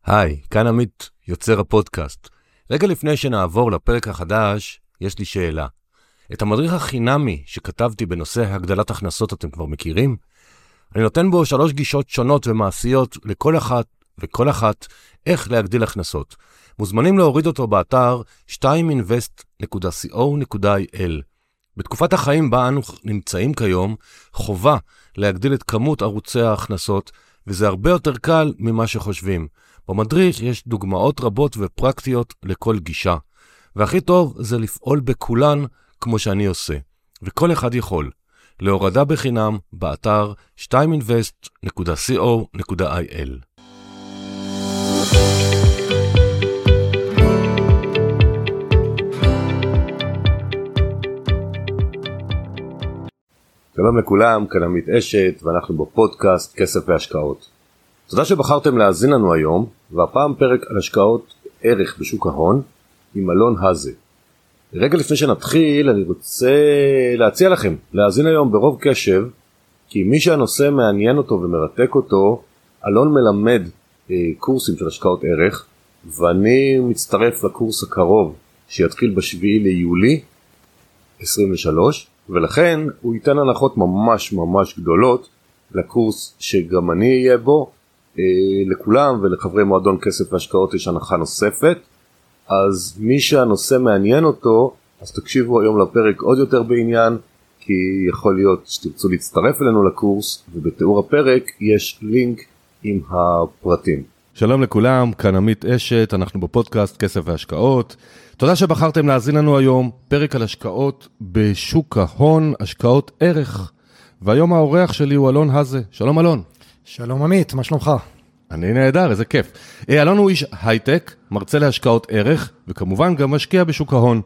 היי, כאן עמית, יוצר הפודקאסט. רגע לפני שנעבור לפרק החדש, יש לי שאלה. את המדריך החינמי שכתבתי בנושא הגדלת הכנסות אתם כבר מכירים? אני נותן בו 3 גישות שונות ומעשיות לכל אחת איך להגדיל הכנסות. מוזמנים להוריד אותו באתר 2invest.co.il. בתקופת החיים בה אנו נמצאים כיום, חובה להגדיל את כמות ערוצי ההכנסות, וזה הרבה יותר קל ממה שחושבים. במדריך יש דוגמאות רבות ופרקטיות לכל גישה, והכי טוב זה לפעול בכולן כמו שאני עושה, וכל אחד יכול. להורדה בחינם באתר 2invest.co.il. שלום לכולם, כאן עמית אשת, ואנחנו בפודקאסט כסף והשקעות. תודה שבחרתם להאזין לנו היום, והפעם פרק על השקעות ערך בשוק ההון עם אלון האזה. רגע לפני שנתחיל, אני רוצה להציע לכם להאזין היום ברוב קשב, כי מי שהנושא מעניין אותו ומרתק אותו, אלון מלמד קורסים של השקעות ערך, ואני מצטרף לקורס הקרוב שיתחיל ב7 ליולי 23, ולכן הוא ייתן הנחות ממש ממש גדולות לקורס שגם אני אהיה בו. לכולם ולחברי מועדון כסף והשקעות יש הנחה נוספת, אז מי שהנושא מעניין אותו, אז תקשיבו היום לפרק עוד יותר בעניין, כי יכול להיות שתרצו להצטרף אלינו לקורס, ובתיאור הפרק יש לינק עם הפרטים. שלום לכולם, כאן עמית אשת, אנחנו בפודקאסט כסף והשקעות. תודה שבחרתם להאזין לנו היום, פרק על השקעות בשוק ההון, השקעות ערך. והיום האורח שלי הוא אלון האזה. שלום אלון. שלום עמית, מה שלומך? אני נהדר, איזה כיף. אלון הוא איש הייטק, מרצה להשקעות ערך, וכמובן גם משקיע בשוק ההון.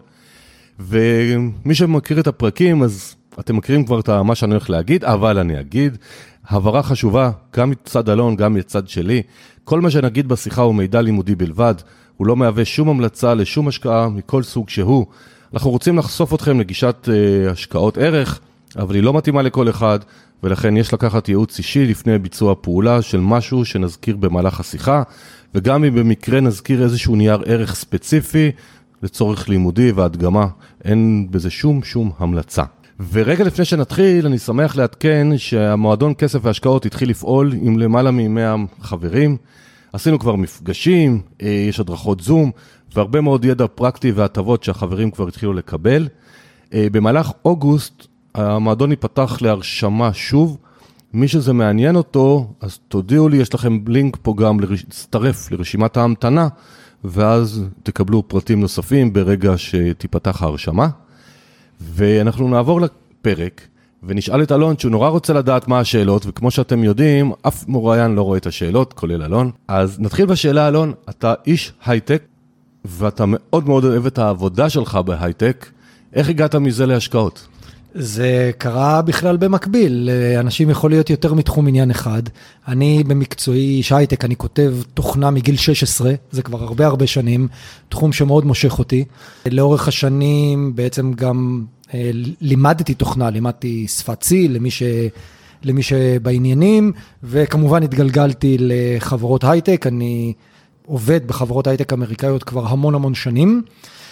ומי שמכיר את הפרקים, אז אתם מכירים כבר את מה שאני הולך להגיד, אבל אני אגיד, הבהרה חשובה, גם מצד אלון, גם מצד שלי, כל מה שנגיד בשיחה הוא מידע לימודי בלבד, הוא לא מהווה שום המלצה לשום השקעה מכל סוג שהוא. אנחנו רוצים לחשוף אתכם לגישת השקעות ערך, אבל היא לא מתאימה לכל אחד, ולכן יש לקחת ייעוץ אישי לפני ביצוע פעולה של משהו שנזכיר במהלך השיחה, וגם אם במקרה נזכיר איזשהו נייר ערך ספציפי, לצורך לימודי והדגמה, אין בזה שום המלצה. ורגע לפני שנתחיל, אני שמח לעדכן שהמועדון כסף והשקעות התחיל לפעול עם למעלה מ100 חברים. עשינו כבר מפגשים, יש הדרכות זום, והרבה מאוד ידע פרקטי והטבות שהחברים כבר התחילו לקבל. במהלך אוגוסט, המועדון ייפתח להרשמה שוב. מי שזה מעניין אותו, אז תודיעו לי, יש לכם לינק פה גם להצטרף לרשימת ההמתנה, ואז תקבלו פרטים נוספים ברגע שתיפתח ההרשמה. ואנחנו נעבור לפרק, ונשאל את אלון שהוא נורא רוצה לדעת מה השאלות, וכמו שאתם יודעים, אף מוראיין לא רואה את השאלות, כולל אלון. אז נתחיל בשאלה, אלון, אתה איש הייטק, ואתה מאוד מאוד אוהב את העבודה שלך בהייטק. איך הגעת מזה להשקעות? זה קרה בכלל במקביל, אנשים יכול להיות יותר מתחום עניין אחד. אני במקצועי איש הייטק, אני כותב תוכנה מגיל 16, זה כבר הרבה שנים, תחום שמאוד מושך אותי. לאורך השנים בעצם גם לימדתי תוכנה, לימדתי שפת C למי שבעניינים, וכמובן התגלגלתי לחברות הייטק, אני עובד בחברות הייטק אמריקאיות כבר המון שנים,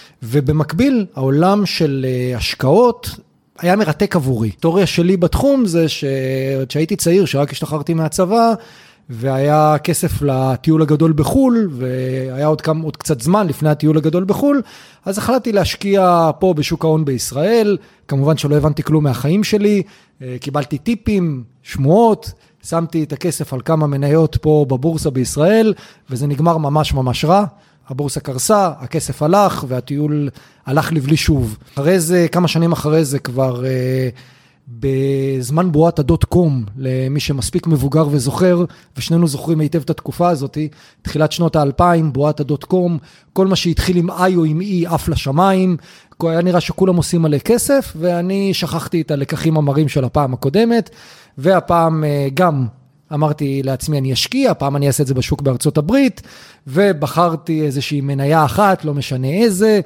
ובמקביל העולם של השקעות, היה מרתק עבורי. היסטוריה שלי בתחום זה שהייתי צעיר, שרק השתחררתי מהצבא, והיה כסף לטיול הגדול בחול, והיה עוד קצת זמן לפני הטיול הגדול בחול, אז החלטתי להשקיע פה בשוק ההון בישראל, כמובן שלא הבנתי כלום מהחיים שלי, קיבלתי טיפים, שמועות, שמתי את הכסף על כמה מניות פה בבורסה בישראל, וזה נגמר ממש רע. הבורסה קרסה, הכסף הלך, והטיול הלך לבלי שוב. אחרי זה, כמה שנים אחרי זה כבר בזמן בועת הדוט-קום, למי שמספיק מבוגר וזוכר, ושנינו זוכרים היטב את התקופה הזאת, תחילת שנות ה-2000, בועת הדוט-קום, כל מה שהתחיל עם I או עם E, אף לשמיים, היה נראה שכולם עושים עלי כסף, ואני שכחתי את הלקחים המרים של הפעם הקודמת, והפעם גם אמרתי לעצמי אני אשקיע, הפעם אני אעשה את זה בשוק בארצות הברית, ובחרתי איזושהי מניה אחת, לא משנה איזה,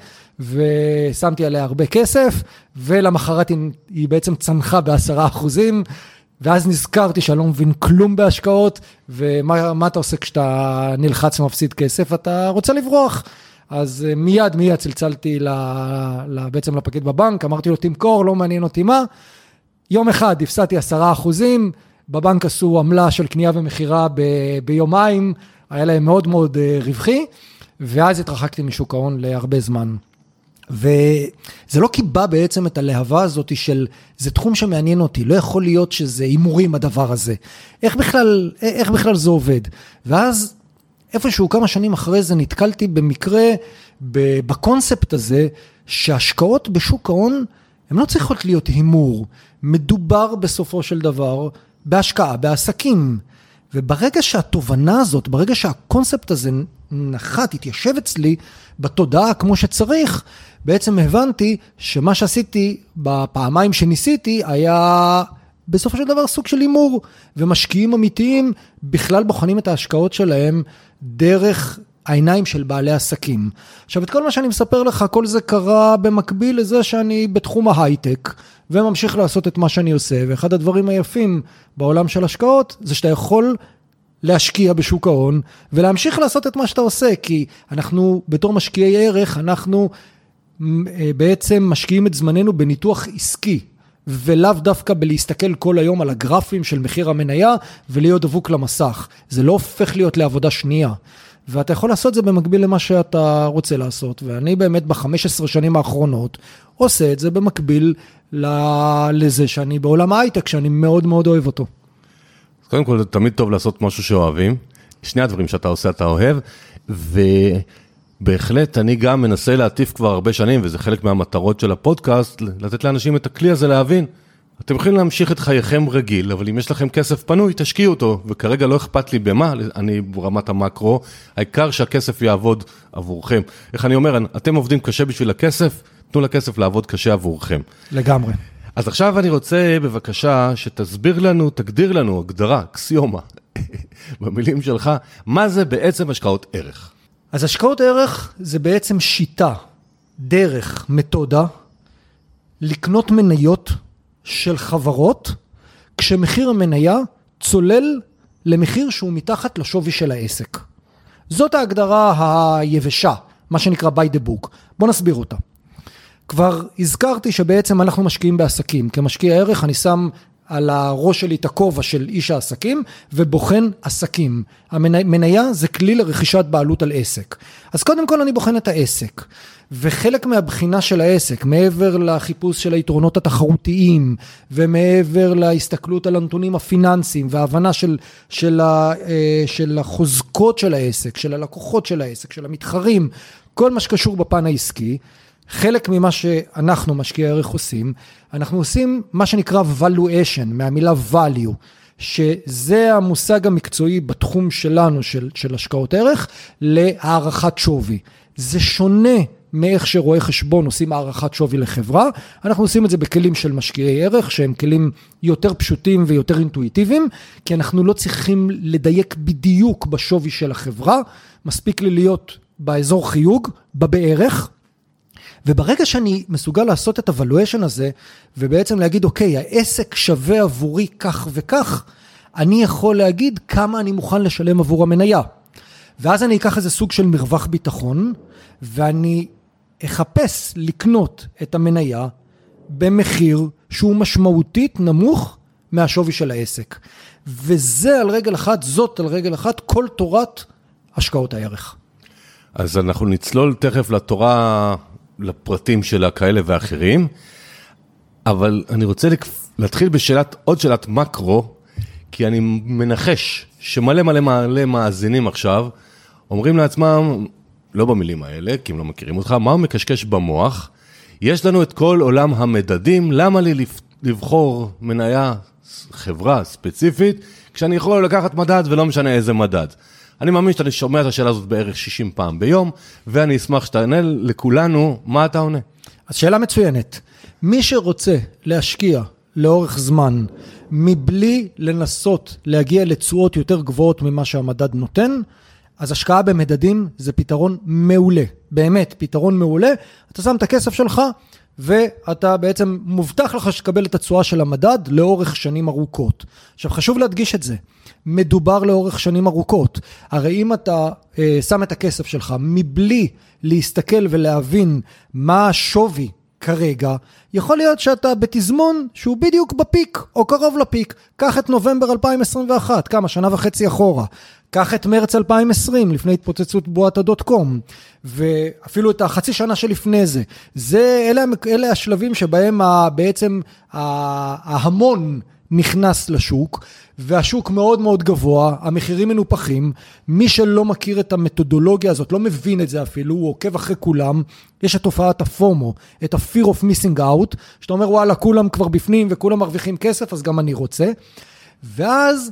ושמתי עליה הרבה כסף, ולמחרת היא בעצם צנחה ב10%, ואז נזכרתי שאני לא מבין כלום בהשקעות, ומה אתה עושה כשאתה נלחץ ומפסיד כסף? אתה רוצה לברוח. אז מיד צלצלתי בעצם לפקיד בבנק, אמרתי לו תמכור, לא מעניין אותי מה. יום אחד הפסדתי 10%, בבנק עשו עמלה של קנייה ומחירה ביומיים, היה להם מאוד מאוד רווחי, ואז התרחקתי משוק ההון להרבה זמן. וזה לא קיבע בעצם את הלהבה הזאת של, זה תחום שמעניין אותי, לא יכול להיות שזה הימורים הדבר הזה. איך בכלל זה עובד? ואז איפשהו כמה שנים אחרי זה נתקלתי במקרה, בקונספט הזה, שהשקעות בשוק ההון, הן לא צריכות להיות הימור. מדובר בסופו של דבר בהשקעה, בעסקים. וברגע שהתובנה הזאת, ברגע שהקונספט הזה נחת, התיישב אצלי בתודעה כמו שצריך, בעצם הבנתי שמה שעשיתי בפעמיים שניסיתי היה בסופו של דבר סוג של הימור, ומשקיעים אמיתיים בכלל בוחנים את ההשקעות שלהם דרך העיניים של בעלי עסקים. עכשיו, את כל מה שאני מספר לך, כל זה קרה במקביל לזה שאני בתחום ההייטק, וממשיך לעשות את מה שאני עושה, ואחד הדברים היפים בעולם של השקעות, זה שאתה יכול להשקיע בשוק ההון, ולהמשיך לעשות את מה שאתה עושה, כי אנחנו בתור משקיעי ערך, אנחנו בעצם משקיעים את זמננו בניתוח עסקי, ולאו דווקא בלהסתכל כל היום על הגרפים של מחיר המניה, ולהיות דבוק למסך. זה לא הופך להיות לעבודה שנייה. ואתה יכול לעשות זה במקביל למה שאתה רוצה לעשות, ואני באמת ב-15 שנים האחרונות עושה את זה במקביל לזה שאני בעולם ההייטק, שאני מאוד מאוד אוהב אותו. קודם כל, זה תמיד טוב לעשות משהו שאוהבים. שני הדברים שאתה עושה, אתה אוהב, ובהחלט אני גם מנסה להטיף כבר הרבה שנים, וזה חלק מהמטרות של הפודקאסט, לתת לאנשים את הכלי הזה להבין. אתם יכולים להמשיך את חייכם רגיל, אבל אם יש לכם כסף פנוי, תשקיעו אותו, וכרגע לא אכפת לי במה, אני ברמת המקרו, העיקר שהכסף יעבוד עבורכם. איך אני אומר, אתם עובדים קשה בשביל הכסף, תנו לכסף לעבוד קשה עבורכם. לגמרי. אז עכשיו אני רוצה בבקשה שתסביר לנו, תגדיר לנו הגדרה, אקסיומה, במילים שלך, מה זה בעצם השקעות ערך? אז השקעות ערך זה בעצם שיטה, דרך, מתודה, לקנות מניות של חברות, כשמחיר המניה צולל למחיר שהוא מתחת לשווי של העסק. זאת ההגדרה היבשה, מה שנקרא by the book. בוא נסביר אותה. כבר הזכרתי שבעצם אנחנו משקיעים בעסקים. כמשקיע ערך אני שם על הראש שלי את הכובע של איש העסקים, ובוחן עסקים. המניה זה כלי לרכישת בעלות על עסק. אז קודם כל אני בוחן את העסק. וחלק מהבחינה של העסק, מעבר לחיפוש של היתרונות התחרותיים, ומעבר להסתכלות על הנתונים הפיננסיים, וההבנה של החוזקות של העסק, של הלקוחות של העסק, של המתחרים, כל מה שקשור בפן העסקי, חלק ממה שאנחנו משקיעי ערך עושים, אנחנו עושים מה שנקרא valuation, מהמילה value, שזה המושג המקצועי בתחום שלנו של השקעות ערך, להערכת שווי. זה שונה מאיך שרואי חשבון עושים הערכת שווי לחברה, אנחנו עושים את זה בכלים של משקיעי ערך, שהם כלים יותר פשוטים ויותר אינטואיטיביים, כי אנחנו לא צריכים לדייק בדיוק בשווי של החברה, מספיק לי להיות באזור חיוג, בערך, וברגע שאני מסוגל לעשות את הוולואשן הזה, ובעצם להגיד, אוקיי, העסק שווה עבורי כך וכך, אני יכול להגיד כמה אני מוכן לשלם עבור המניה. ואז אני אקח איזה סוג של מרווח ביטחון, ואני אחפש לקנות את המניה במחיר שהוא משמעותית נמוך מהשווי של העסק. וזה על רגל אחת, זאת על רגל אחת, כל תורת השקעות הערך. אז אנחנו נצלול תכף לתורה, לפרטים שלה כאלה ואחרים, אבל אני רוצה להתחיל עוד שאלת מקרו, כי אני מנחש שמלא מלא מלא מאזינים עכשיו, אומרים לעצמם, לא במילים האלה, כי הם לא מכירים אותך, מה הוא מקשקש במוח? יש לנו את כל עולם המדדים, למה לי לבחור מניה חברה ספציפית, כשאני יכול לקחת מדד ולא משנה איזה מדד. אני מאמין שאני שומע את השאלה הזאת בערך 60 פעם ביום, ואני אשמח שתענה לכולנו, מה אתה עונה? אז שאלה מצוינת. מי שרוצה להשקיע לאורך זמן, מבלי לנסות להגיע לתשואות יותר גבוהות ממה שהמדד נותן, אז השקעה במדדים זה פתרון מעולה, באמת פתרון מעולה. אתה שם את הכסף שלך ואתה בעצם מובטח לך שתקבל את התשואה של המדד לאורך שנים ארוכות. עכשיו חשוב להדגיש את זה, מדובר לאורך שנים ארוכות, הרי אם אתה שם את הכסף שלך מבלי להסתכל ולהבין מה השווי כרגע, יכול להיות שאתה בתזמון שהוא בדיוק בפיק או קרוב לפיק. קח את נובמבר 2021, כמה? שנה וחצי אחורה. קח את מרץ 2020, לפני התפוצצות בועת הדוט-קום, ואפילו את החצי שנה שלפני זה. אלה השלבים שבהם בעצם ההמון נכנס לשוק, והשוק מאוד מאוד גבוה, המחירים מנופחים, מי שלא מכיר את המתודולוגיה הזאת, לא מבין את זה אפילו, הוא עוקב אחרי כולם, יש את תופעת הפומו, את ה-fear of missing out, שאתה אומר וואלה, כולם כבר בפנים וכולם מרוויחים כסף, אז גם אני רוצה, ואז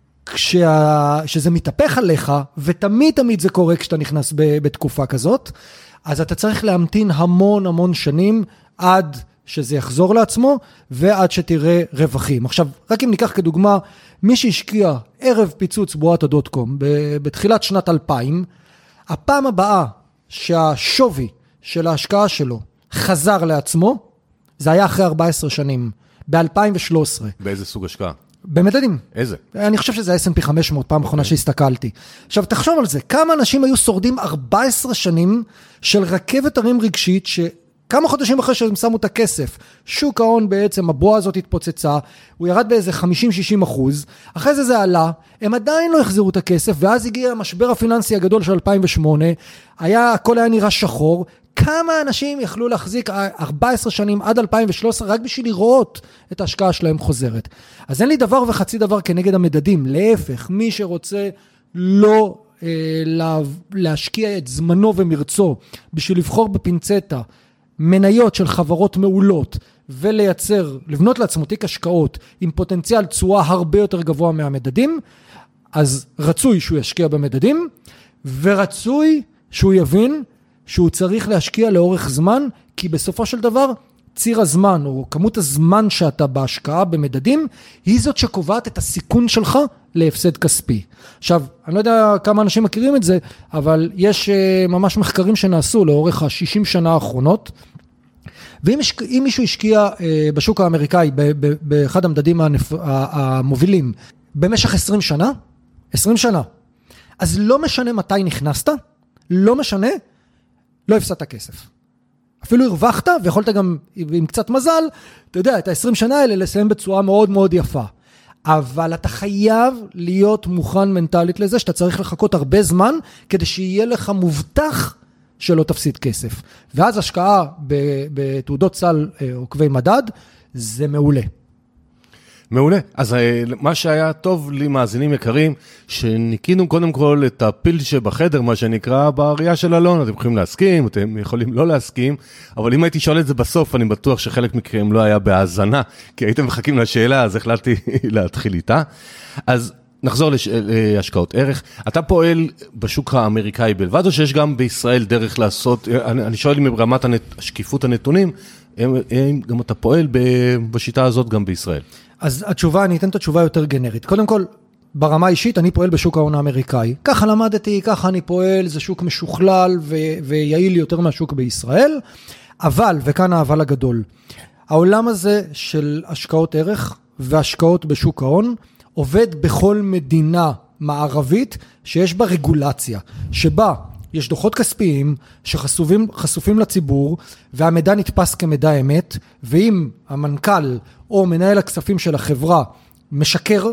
כשזה מתהפך עליך, ותמיד זה קורה כשאתה נכנס בתקופה כזאת, אז אתה צריך להמתין המון שנים עד שזה יחזור לעצמו, ועד שתראה רווחים. עכשיו, רק אם ניקח כדוגמה, מי שהשקיע ערב פיצוץ בועת הדוט-קום, בתחילת שנת 2000, הפעם הבאה שהשווי של ההשקעה שלו חזר לעצמו, זה היה אחרי 14 שנים, ב-2013. באיזה סוג השקעה? במדדים. איזה? אני חושב שזה S&P 500, פעם אחרונה שהסתכלתי. עכשיו, תחשוב על זה, כמה אנשים היו שורדים 14 שנים של רכבת הרים רגשית, כמה חודשים אחרי שהם שמו את הכסף, שוק ההון בעצם, הבועה הזאת התפוצצה, הוא ירד באיזה 50-60%, אחרי זה עלה, הם עדיין לא החזירו את הכסף, ואז הגיע המשבר הפיננסי הגדול של 2008, הכל היה נראה שחור, כמה אנשים יכלו להחזיק 14 שנים עד 2013, רק בשביל לראות את ההשקעה שלהם חוזרת. אז אין לי דבר וחצי דבר כנגד המדדים, להפך, מי שרוצה לא להשקיע את זמנו ומרצו, בשביל לבחור בפינצטה, מניות של חברות מעולות, ולייצר, לבנות לעצמו תיק השקעות, עם פוטנציאל תשואה הרבה יותר גבוה מהמדדים, אז רצוי שהוא ישקיע במדדים, ורצוי שהוא יבין שהוא צריך להשקיע לאורך זמן, כי בסופו של דבר, ציר הזמן, או כמות הזמן שאתה בהשקעה במדדים, היא זאת שקובעת את הסיכון שלך להפסד כספי. עכשיו, אני לא יודע כמה אנשים מכירים את זה, אבל יש ממש מחקרים שנעשו לאורך ה-60 שנה האחרונות, ואם מישהו השקיע בשוק האמריקאי, באחד המדדים המובילים, במשך 20 שנה, אז לא משנה מתי נכנסת, לא משנה, לא הפסדת כסף. אפילו הרווחת, ויכולת גם עם קצת מזל, אתה יודע, את ה-20 שנה האלה לסיים בצורה מאוד מאוד יפה. אבל אתה חייב להיות מוכן מנטלית לזה, שאתה צריך לחכות הרבה זמן, כדי שיהיה לך מובטח שלא תפסיד כסף. ואז השקעה בתעודות סל עוקבי מדד, זה מעולה. מעולה. אז מה שהיה טוב לי, מאזינים יקרים, שניקינו קודם כל את הפיל שבחדר, מה שנקרא, בראייה של אלון. אתם יכולים להסכים, אתם יכולים לא להסכים, אבל אם הייתי שואל את זה בסוף, אני בטוח שחלק מכם לא היה בהאזנה, כי הייתם מחכים לשאלה, אז החלטתי להתחיל איתה. אז נחזור להשקעות ערך. אתה פועל בשוק האמריקאי בלבד, או שיש גם בישראל דרך לעשות, אני שואל אם ברמת שקיפות הנתונים, גם אתה פועל בשיטה הזאת גם בישראל. אז התשובה, אני אתן את התשובה יותר גנרית. קודם כל, ברמה אישית, אני פועל בשוק ההון האמריקאי. ככה למדתי, ככה אני פועל, זה שוק משוכלל ויעיל יותר מהשוק בישראל. אבל, וכאן האבל הגדול, העולם הזה של השקעות ערך והשקעות בשוק ההון, עובד בכל מדינה מערבית שיש בה רגולציה, שבה יש דוחות כספיים שחשופים לציבור, והמידע נתפס כמידע אמת, ואם המנכ"ל או מנהל הכספים של החברה משקר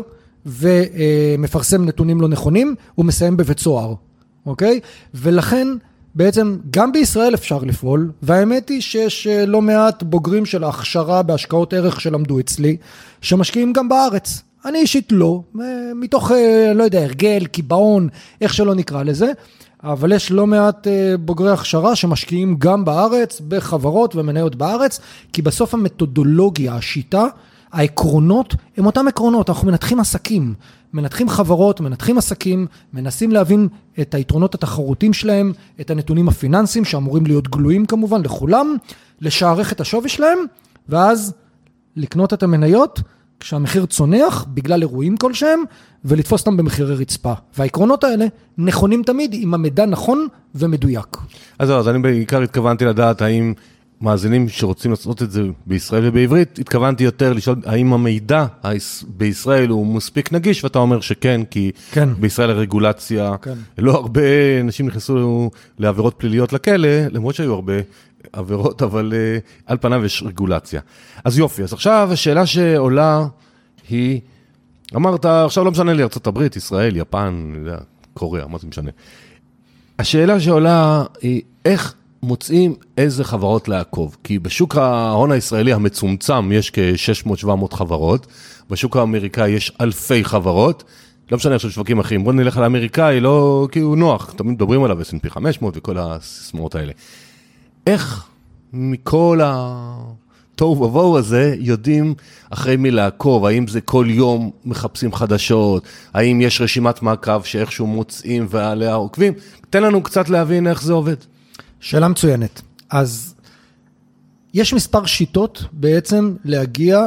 ומפרסם נתונים לא נכונים, הוא מסיים בבית סוהר, אוקיי? ולכן בעצם גם בישראל אפשר לפעול, והאמת היא שיש לא מעט בוגרים של ההכשרה בהשקעות ערך שלמדו אצלי, שמשקיעים גם בארץ. אני אישית לא, מתוך, לא יודע, הרגל, קיבעון, איך שלא נקרא לזה, אבל יש לא מעט בוגרי הכשרה שמשקיעים גם בארץ, בחברות ומניות בארץ, כי בסוף המתודולוגיה, השיטה, העקרונות, הם אותם עקרונות. אנחנו מנתחים עסקים, מנתחים חברות, מנתחים עסקים, מנסים להבין את היתרונות התחרותיים שלהם, את הנתונים הפיננסיים שאמורים להיות גלויים כמובן לכולם, לשערך את השווי שלהם, ואז לקנות את המניות, כשהמחיר צונח בגלל אירועים כלשהם, ולתפוס אותם במחירי רצפה. והעקרונות האלה נכונים תמיד, אם המידע נכון ומדויק. אז אני בעיקר התכוונתי לדעת האם מאזינים שרוצים לעשות את זה בישראל ובעברית, התכוונתי יותר לשאול האם המידע בישראל הוא מספיק נגיש, ואתה אומר שכן, כי כן. בישראל הרגולציה, כן. לא הרבה אנשים נכנסו לעבירות פליליות לכלא, למרות שהיו הרבה עבירות, אבל על פניו יש רגולציה. אז יופי, אז עכשיו השאלה שעולה היא, אמרת, עכשיו לא משנה לי ארצות הברית, ישראל, יפן, קוריאה, מה זה משנה? השאלה שעולה היא, איך מוצאים איזה חברות לעקוב? כי בשוק ההון הישראלי המצומצם יש כ-600-700 חברות, בשוק האמריקאי יש אלפי חברות, לא משנה עכשיו שווקים אחרים, בוא נלך על האמריקאי, לא כי הוא נוח, תמיד מדברים עליו, S&P 500 וכל הסיסמאות האלה. איך מכל התוהו ובוהו הזה יודעים אחרי מי לעקוב? האם זה כל יום מחפשים חדשות? האם יש רשימת מעקב שאיכשהו מוצאים ועליה עוקבים? תן לנו קצת להבין איך זה עובד. שאלה מצוינת. אז יש מספר שיטות בעצם להגיע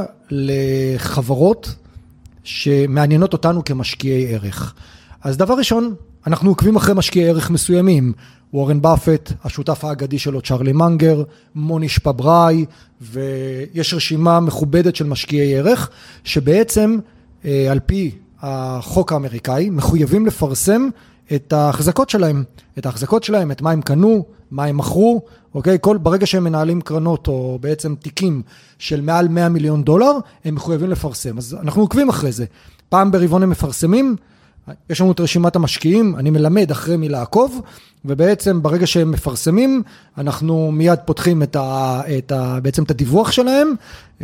לחברות שמעניינות אותנו כמשקיעי ערך. אז דבר ראשון, אנחנו עוקבים אחרי משקיעי ערך מסוימים. וורן באפט, השותף האגדי שלו צ'רלי מנגר, מוניש פבראי, ויש רשימה מכובדת של משקיעי ערך, שבעצם על פי החוק האמריקאי מחויבים לפרסם את ההחזקות שלהם, את מה הם קנו, מה הם מכרו, אוקיי? ברגע שהם מנהלים קרנות או בעצם תיקים של מעל $100 מיליון, הם מחויבים לפרסם. אז אנחנו עוקבים אחרי זה. פעם ברבעון הם מפרסמים, יש לנו את רשימת המשקיעים, אני מלמד אחרי מי לעקוב, ובעצם ברגע שהם מפרסמים, אנחנו מיד פותחים בעצם את הדיווח שלהם,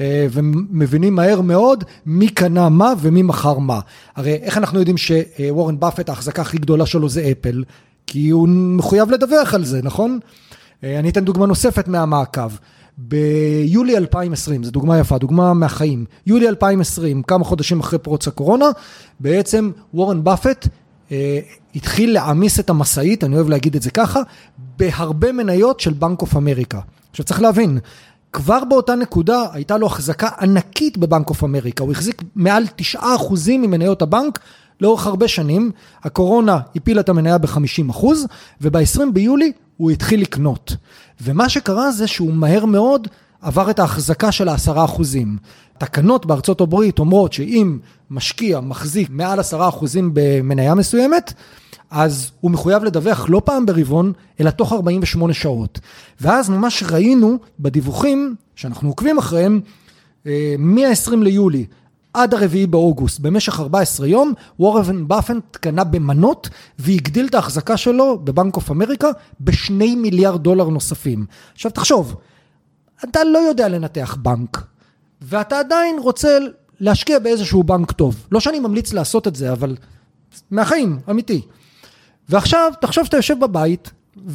ומבינים מהר מאוד מי קנה מה ומי מכר מה. הרי איך אנחנו יודעים שוורן באפט, ההחזקה הכי גדולה שלו זה אפל, כי הוא מחויב לדווח על זה, נכון? אני אתן דוגמה נוספת מהמעקב. ביולי 2020, זו דוגמה יפה, דוגמה מהחיים. יולי 2020, כמה חודשים אחרי פרוץ הקורונה, בעצם וורן באפט התחיל לעמיס את המסעית, אני אוהב להגיד את זה ככה, בהרבה מניות של בנק אוף אמריקה. עכשיו צריך להבין, כבר באותה נקודה הייתה לו החזקה ענקית בבנק אוף אמריקה, הוא החזיק מעל 9% ממניות הבנק, לאורך הרבה שנים, הקורונה הפילה את המניה ב-50%, וב-20 ביולי הוא התחיל לקנות. ומה שקרה זה שהוא מהר מאוד עבר את ההחזקה של 10%. תקנות בארצות הברית אומרות שאם משקיע מחזיק מעל 10% במניה מסוימת, אז הוא מחויב לדווח לא פעם ברבעון, אלא תוך 48 שעות. ואז ממש ראינו בדיווחים שאנחנו עוקבים אחריהם, מ-20 ליולי, עד 4 באוגוסט, במשך 14 יום, וורן באפט קנה במנות, והגדיל את ההחזקה שלו בבנק אוף אמריקה, ב$2 מיליארד נוספים. עכשיו תחשוב, אתה לא יודע לנתח בנק, ואתה עדיין רוצה להשקיע באיזשהו בנק טוב. לא שאני ממליץ לעשות את זה, אבל מהחיים, אמיתי. ועכשיו, תחשוב שאתה יושב בבית,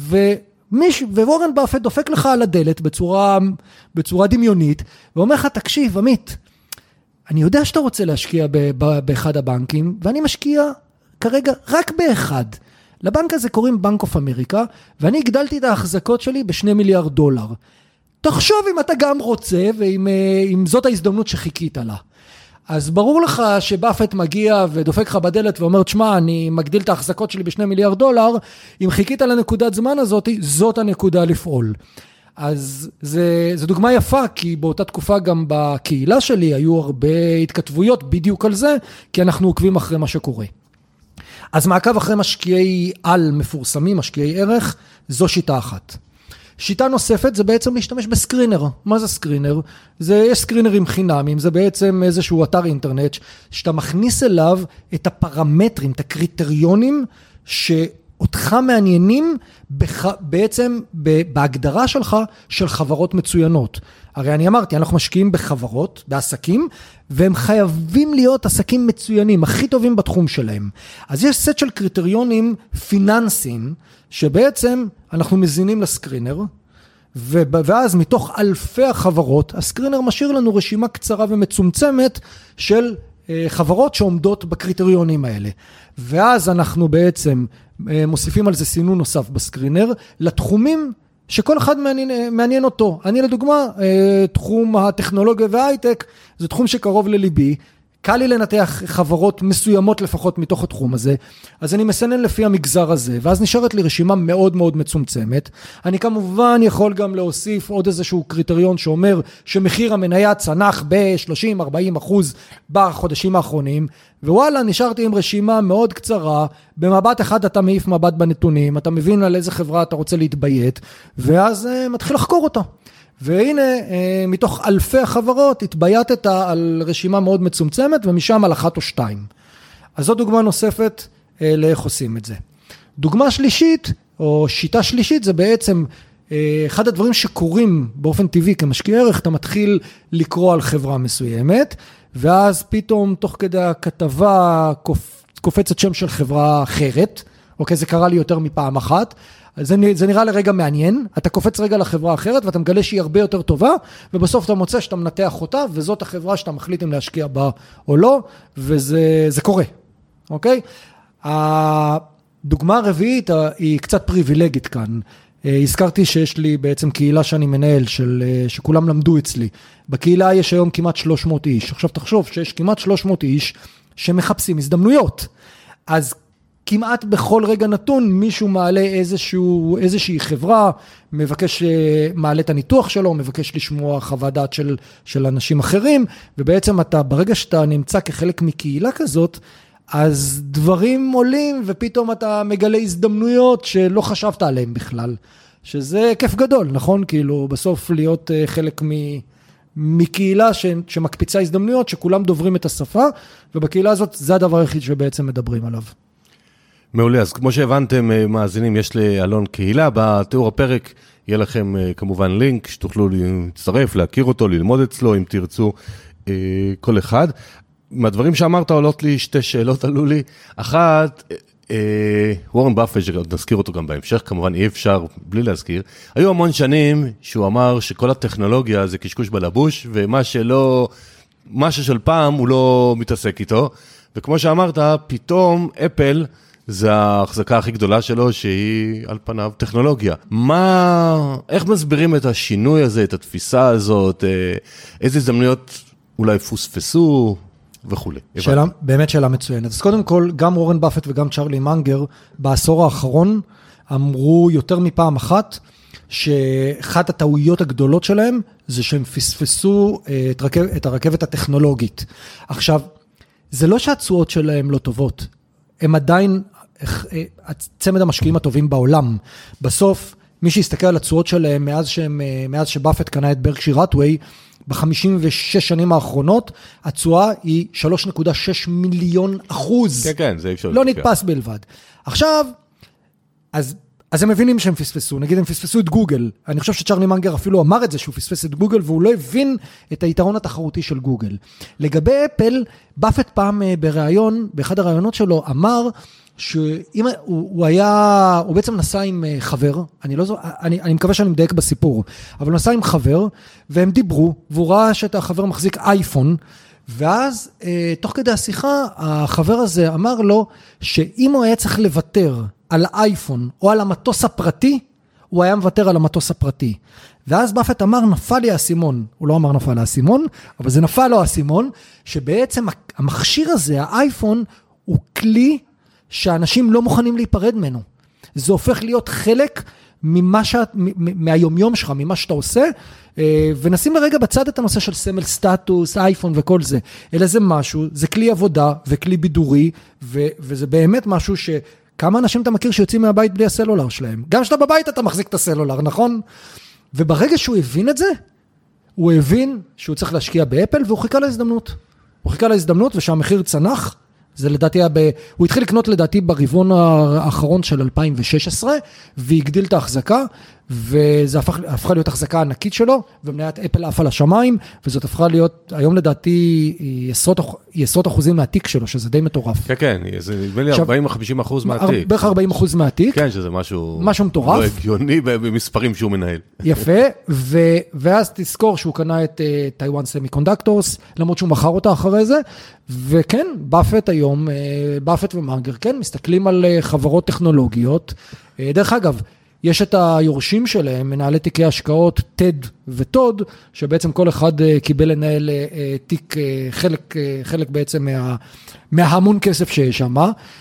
ווורן באפט דופק לך על הדלת בצורה דמיונית, ואומר לך, תקשיב, עמית, אני יודע שאתה רוצה להשקיע באחד הבנקים, ואני משקיע כרגע רק באחד. לבנק הזה קוראים בנק אוף אמריקה, ואני הגדלתי את ההחזקות שלי $2 מיליארד. תחשוב אם אתה גם רוצה, ואם זאת ההזדמנות שחיכית לה. אז ברור לך שבאפט מגיע ודופק לך בדלת ואומר, תשמע, אני מגדיל את ההחזקות שלי $2 מיליארד, אם חיכית לנקודת זמן הזאת, זאת הנקודה לפעול. אז זו דוגמה יפה, כי באותה תקופה גם בקהילה שלי היו הרבה התכתבויות בדיוק על זה, כי אנחנו עוקבים אחרי מה שקורה. אז מעקב אחרי משקיעי על מפורסמים, משקיעי ערך, זו שיטה אחת. שיטה נוספת זה בעצם להשתמש בסקרינר. מה זה סקרינר? יש סקרינרים חינמים, זה בעצם איזשהו אתר אינטרנט, שאתה מכניס אליו את הפרמטרים, את הקריטריונים אותך מעניינים בעצם בהגדרה שלך של חברות מצוינות. הרי אני אמרתי, אנחנו משקיעים בחברות, בעסקים, והם חייבים להיות עסקים מצוינים, הכי טובים בתחום שלהם. אז יש סט של קריטריונים פיננסיים, שבעצם אנחנו מזינים לסקרינר, ואז מתוך אלפי החברות, הסקרינר משאיר לנו רשימה קצרה ומצומצמת של חברות שעומדות בקריטריונים האלה. ואז אנחנו בעצם מוסיפים על זה סינון נוסף בסקרינר, לתחומים שכל אחד מעניין אותו. אני לדוגמה, תחום הטכנולוגיה וההייטק, זה תחום שקרוב לליבי, קל לי לנתח חברות מסוימות לפחות מתוך התחום הזה, אז אני מסנן לפי המגזר הזה, ואז נשארת לי רשימה מאוד מאוד מצומצמת. אני כמובן יכול גם להוסיף עוד איזשהו קריטריון שאומר שמחיר המניה צנח ב-30-40% בחודשים האחרונים, ווואלה, נשארתי עם רשימה מאוד קצרה, במבט אחד אתה מעיף מבט בנתונים, אתה מבין על איזה חברה אתה רוצה להתביית, ואז מתחיל לחקור אותה. והנה, מתוך אלפי החברות, התבייתת על רשימה מאוד מצומצמת, ומשם על אחת או שתיים. אז זו דוגמה נוספת לאיך עושים את זה. דוגמה שלישית, או שיטה שלישית, זה בעצם אחד הדברים שקורים באופן טבעי כמשקיע ערך, אתה מתחיל לקרוא על חברה מסוימת, ואז פתאום תוך כדי הכתבה קופצת שם של חברה אחרת, אוקיי, זה קרה לי יותר מפעם אחת, זה נראה לרגע מעניין, אתה קופץ רגע לחברה אחרת, ואתה מגלה שהיא הרבה יותר טובה, ובסוף אתה מוצא שאתה מנתח אותה, וזאת החברה שאתה מחליט אם להשקיע בה או לא, וזה קורה, אוקיי? הדוגמה הרביעית היא קצת פריבילגית כאן, הזכרתי שיש לי בעצם קהילה שאני מנהל, שכולם למדו אצלי, בקהילה יש היום כמעט 300 איש, עכשיו תחשוב שיש כמעט 300 איש שמחפשים הזדמנויות, אז כמעט בכל רגע נתון מישהו מעלה איזושהי חברה, מעלה את הניתוח שלו, מבקש לשמוע חוות דעת של אנשים אחרים, ובעצם ברגע שאתה נמצא כחלק מקהילה כזאת, אז דברים עולים ופתאום אתה מגלה הזדמנויות שלא חשבת עליהם בכלל, שזה כיף גדול, נכון? כאילו בסוף להיות חלק מקהילה שמקפיצה הזדמנויות, שכולם דוברים את השפה, ובקהילה הזאת זה הדבר היחיד שבעצם מדברים עליו. מעולה, אז כמו שהבנתם מאזינים, יש לאלון קהילה, בתיאור הפרק יהיה לכם כמובן לינק, שתוכלו להצטרף, להכיר אותו, ללמוד אצלו, אם תרצו כל אחד. מהדברים שאמרת עולות לי שתי שאלות עלו לי, אחת, וורן באפט, שנזכיר אותו גם בהמשך, כמובן אי אפשר בלי להזכיר, היו המון שנים שהוא אמר שכל הטכנולוגיה זה קשקוש בלבוש, ומה שלא, משהו של פעם הוא לא מתעסק איתו, וכמו שאמרת, פתאום אפל, זה ההחזקה הכי גדולה שלו, שהיא על פניו טכנולוגיה. איך מסבירים את השינוי הזה, את התפיסה הזאת, איזה הזדמנויות אולי פוספסו וכו'. באמת שאלה מצוינת. אז קודם כל, גם וורן באפט וגם צ'רלי מנגר, בעשור האחרון, אמרו יותר מפעם אחת, שאחת הטעויות הגדולות שלהם, זה שהם פספסו את הרכבת הטכנולוגית. עכשיו, זה לא שהתשואות שלהם לא טובות, הם עדיין צמד המשקיעים הטובים בעולם. בסוף, מי שיסתכל על התשואות שלהם מאז שבאפט קנה את ברקשיר האתווי, ב-56 שנים האחרונות, התשואה היא 3.6 מיליון אחוז. כן, זה אפשר. לא נתפס בלבד. עכשיו, אז הם מבינים שהם פספסו, נגיד הם פספסו את גוגל, אני חושב שצ'רלי מנגר אפילו אמר את זה, שהוא פספס את גוגל, והוא לא הבין את היתרון התחרותי של גוגל. לגבי אפל, באפט פעם בראיון, באחד הראיונות שלו, אמר, שאם הוא בעצם נסע עם חבר, אני מקווה שאני מדייק בסיפור, אבל הוא נסע עם חבר, והם דיברו, והוא ראה שאת החבר מחזיק אייפון, ואז תוך כדי השיחה, החבר הזה אמר לו, שאם הוא היה צריך לוותר על האייפון או על המטוס הפרטי, הוא היה מוותר על המטוס הפרטי. ואז באפט אמר, נפל לי האסימון. הוא לא אמר נפל האסימון, אבל זה נפל לו האסימון, שבעצם המכשיר הזה, האייפון, הוא כלי שאנשים לא מוכנים להיפרד ממנו. זה הופך להיות חלק מהיומיום שלך, ממה שאתה עושה, ונשים לרגע בצד את הנושא של סמל סטטוס, אייפון וכל זה, אלא זה משהו, זה כלי עבודה וכלי בידורי, וזה באמת משהו כמה אנשים אתה מכיר שיוצאים מהבית בלי הסלולר שלהם? גם שאתה בבית אתה מחזיק את הסלולר, נכון? וברגע שהוא הבין את זה, הוא הבין שהוא צריך להשקיע באפל, והוא חיכה להזדמנות. הוא חיכה להזדמנות, ושהמחיר צנח, זה לדעתי, הוא התחיל לקנות לדעתי ברבעון האחרון של 2016, והגדיל את ההחזקה, וזה הפכה להיות החזקה ענקית שלו, ומניית אפל עפה לשמיים, וזאת הפכה להיות, היום לדעתי, עשרות אחוזים מהתיק שלו, שזה די מטורף. כן, כן, זה נדמה לי 40-50% מהתיק. בערך 40% מהתיק. כן, שזה משהו מטורף. לא הגיוני במספרים שהוא מנהל. יפה, ואז תזכור שהוא קנה את טיואן סמי-קונדקטורס, למרות שהוא מכר אותה אחרי זה, וכן, באפט היום, באפט ומנגר, כן, מסתכלים על חברות טכנולוגיות. דרך אגב, יש את היורשים שלהם, מנהלי תיקי השקעות, טד וטוד, שבעצם כל אחד קיבל לנהל תיק, חלק בעצם מההמון כסף שיש שם,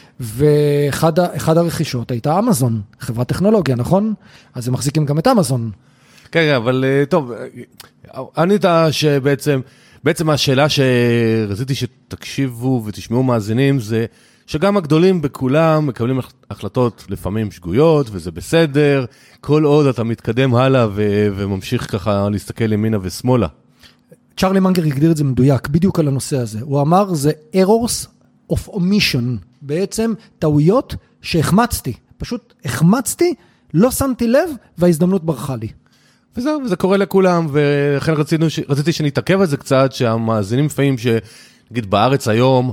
ואחד הרכישות הייתה אמזון, חברת טכנולוגיה, נכון? אז הם מחזיקים גם את אמזון. כן, אבל טוב, ענית שבעצם השאלה שרציתי שתקשיבו ותשמעו מאזינים, זה שגם הגדולים בכולם מקבלים החלטות לפעמים שגויות, וזה בסדר, כל עוד אתה מתקדם הלאה וממשיך ככה להסתכל ימינה ושמאלה. צ'רלי מנגר הגדיר את זה מדויק, בדיוק על הנושא הזה. הוא אמר, זה errors of omission, בעצם טעויות שהחמצתי. פשוט החמצתי, לא שמתי לב, וההזדמנות ברחה לי. וזהו, וזה קורה לכולם, ולכן רציתי שנתעכב על זה קצת, שהמאזינים לפעמים שנגיד בארץ היום,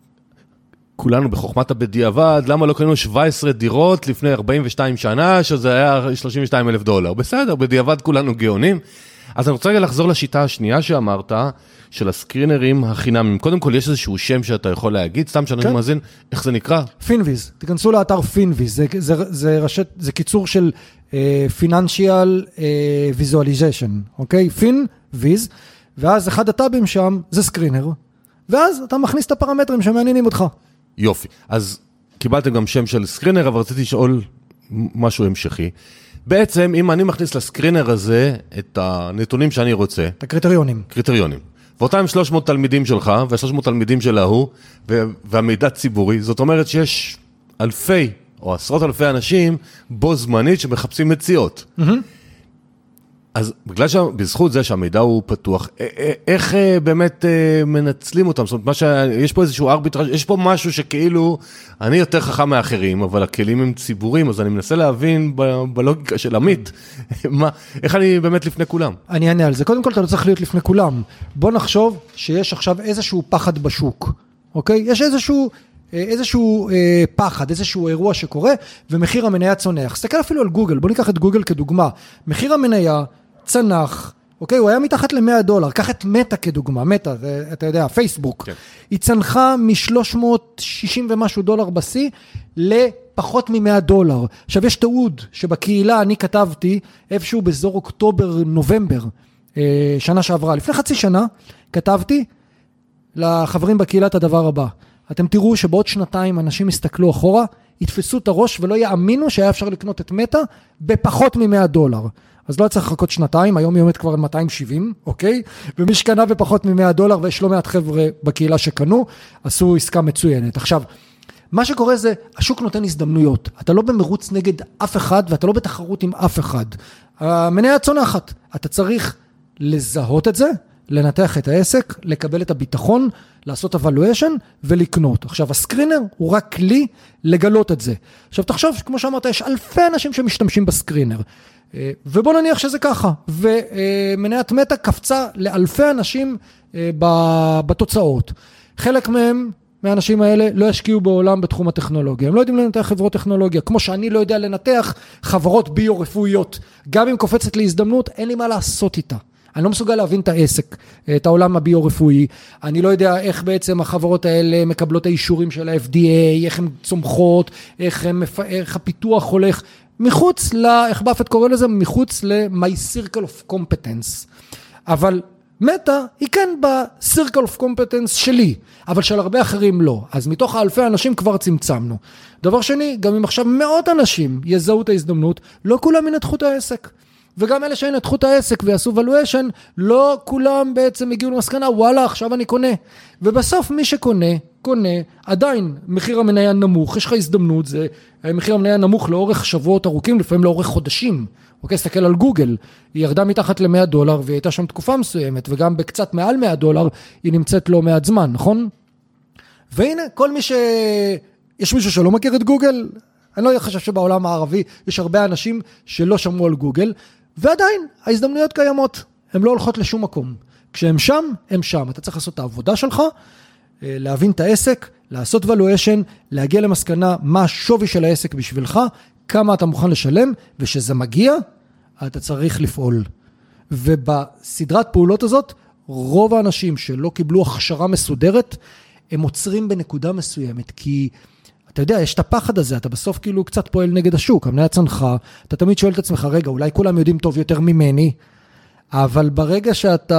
כולנו בחוכמת הבדיעבד, למה לא קנינו 17 דירות לפני 42 שנה, שזה היה $32,000? בסדר, בדיעבד כולנו גאונים. אז אני רוצה רגע לחזור לשיטה השנייה שאמרת, של הסקרינרים החינמים. קודם כל, יש איזשהו שם שאתה יכול להגיד, סתם שאני מאזין, איך זה נקרא? פינוויז, תיכנסו לאתר פינוויז, זה קיצור של Financial Visualization, אוקיי? פינוויז, ואז אחד הטאבים שם זה סקרינר, ואז אתה מכניס את הפרמטרים שמעניינים אותך. יופי, אז קיבלתם גם שם של סקרינר, אבל רציתי לשאול משהו המשכי. בעצם, אם אני מכניס לסקרינר הזה את הנתונים שאני רוצה, את הקריטריונים. קריטריונים. ואותם 300 תלמידים שלך, ו300 תלמידים של ההוא, והמידע ציבורי, זאת אומרת שיש אלפי או עשרות אלפי אנשים בו זמנית שמחפשים מציאות. אז בזכות זה שהמידע הוא פתוח, איך באמת מנצלים אותם? זאת אומרת, יש פה איזשהו ארביטראז', יש פה משהו שכאילו, אני יותר חכם מאחרים, אבל הכלים הם ציבוריים, אז אני מנסה להבין בלוגיקה של עמית, איך אני באמת לפני כולם? אני אענה על זה. קודם כל, אתה לא צריך להיות לפני כולם. בוא נחשוב שיש עכשיו איזשהו פחד בשוק, אוקיי? יש איזשהו פחד, איזשהו אירוע שקורה, ומחיר המניה צונח. סתכל אפילו על גוגל, בוא ניקח את גוגל כדוגמה. מחיר המניה צנח, אוקיי, הוא היה מתחת $100, קח את מטה כדוגמה, מטה, אתה יודע, פייסבוק. כן. היא צנחה $360 ומשהו בשיא, לפחות $100. עכשיו יש תיעוד שבקהילה אני כתבתי, איפשהו באזור אוקטובר, נובמבר, שנה שעברה, לפני חצי שנה, כתבתי לחברים בקהילה את הדבר הבא. אתם תראו שבעוד שנתיים אנשים יסתכלו אחורה, יתפסו את הראש ולא יאמינו שהיה אפשר לקנות את מטה בפחות $100. אז לא צריך לחכות שנתיים, היום היא עומדת כבר על 270, אוקיי? ומי שקנה בפחות $100, ויש לא מעט חבר'ה בקהילה שקנו, עשו עסקה מצוינת. עכשיו, מה שקורה זה, השוק נותן הזדמנויות. אתה לא במרוץ נגד אף אחד, ואתה לא בתחרות עם אף אחד. המניה צונחת. אתה צריך לזהות את זה, לנתח את העסק, לקבל את הביטחון, לעשות evaluation ולקנות. עכשיו, הסקרינר הוא רק כלי לגלות את זה. עכשיו, תחשוב, כמו שאמרת, יש אלפי אנשים שמשתמשים בסקרינר. ובוא נניח שזה ככה. ומניית מטה קפצה לאלפי אנשים בתוצאות. חלק מהם, מהאנשים האלה, לא ישקיעו בעולם בתחום הטכנולוגיה. הם לא יודעים לנתח חברות טכנולוגיה. כמו שאני לא יודע לנתח חברות ביו-רפואיות. גם אם קופצת להזדמנות, אין לי מה לעשות איתה. אני לא מסוגל להבין את העסק, את העולם הביו-רפואי, אני לא יודע איך בעצם החברות האלה מקבלות האישורים של ה-FDA, איך הן צומחות, איך הפיתוח הולך, מחוץ איך באפט קורא לזה, מחוץ ל-my circle of competence. אבל מטה היא כן ב-circle of competence שלי, אבל של הרבה אחרים לא. אז מתוך האלפי אנשים כבר צמצמנו. דבר שני, גם אם עכשיו מאות אנשים יזהו את ההזדמנות, לא כולם ינתחו את העסק. וגם אלה שינתחו את העסק ויעשו valuation, לא כולם בעצם הגיעו למסקנה, וואלה, עכשיו אני קונה. ובסוף מי שקונה, קונה, עדיין מחיר המניה נמוך, יש לך הזדמנות, זה מחיר המניה נמוך לאורך שבועות ארוכים, לפעמים לאורך חודשים. אוקיי, סתכל על גוגל, היא ירדה מתחת $100, והיא הייתה שם תקופה מסוימת, וגם בקצת מעל $100, היא נמצאת לא מעט זמן, נכון? והנה, כל מי יש מישהו שלא מכיר את גוגל, אני לא חושב שבעולם הערבי יש הרבה אנשים שלא שמעו על גוגל, ועדיין ההזדמנויות קיימות, הן לא הולכות לשום מקום. כשהם שם, הם שם. אתה צריך לעשות את העבודה שלך, להבין את העסק, לעשות valuation, להגיע למסקנה מה השווי של העסק בשבילך, כמה אתה מוכן לשלם, ושזה מגיע, אתה צריך לפעול. ובסדרת פעולות הזאת, רוב האנשים שלא קיבלו הכשרה מסודרת, הם עוצרים בנקודה מסוימת, כי אתה יודע, יש את הפחד הזה, אתה בסוף כאילו קצת פועל נגד השוק, המניה צנחה, אתה תמיד שואל את עצמך, רגע, אולי כולם יודעים טוב יותר ממני, אבל ברגע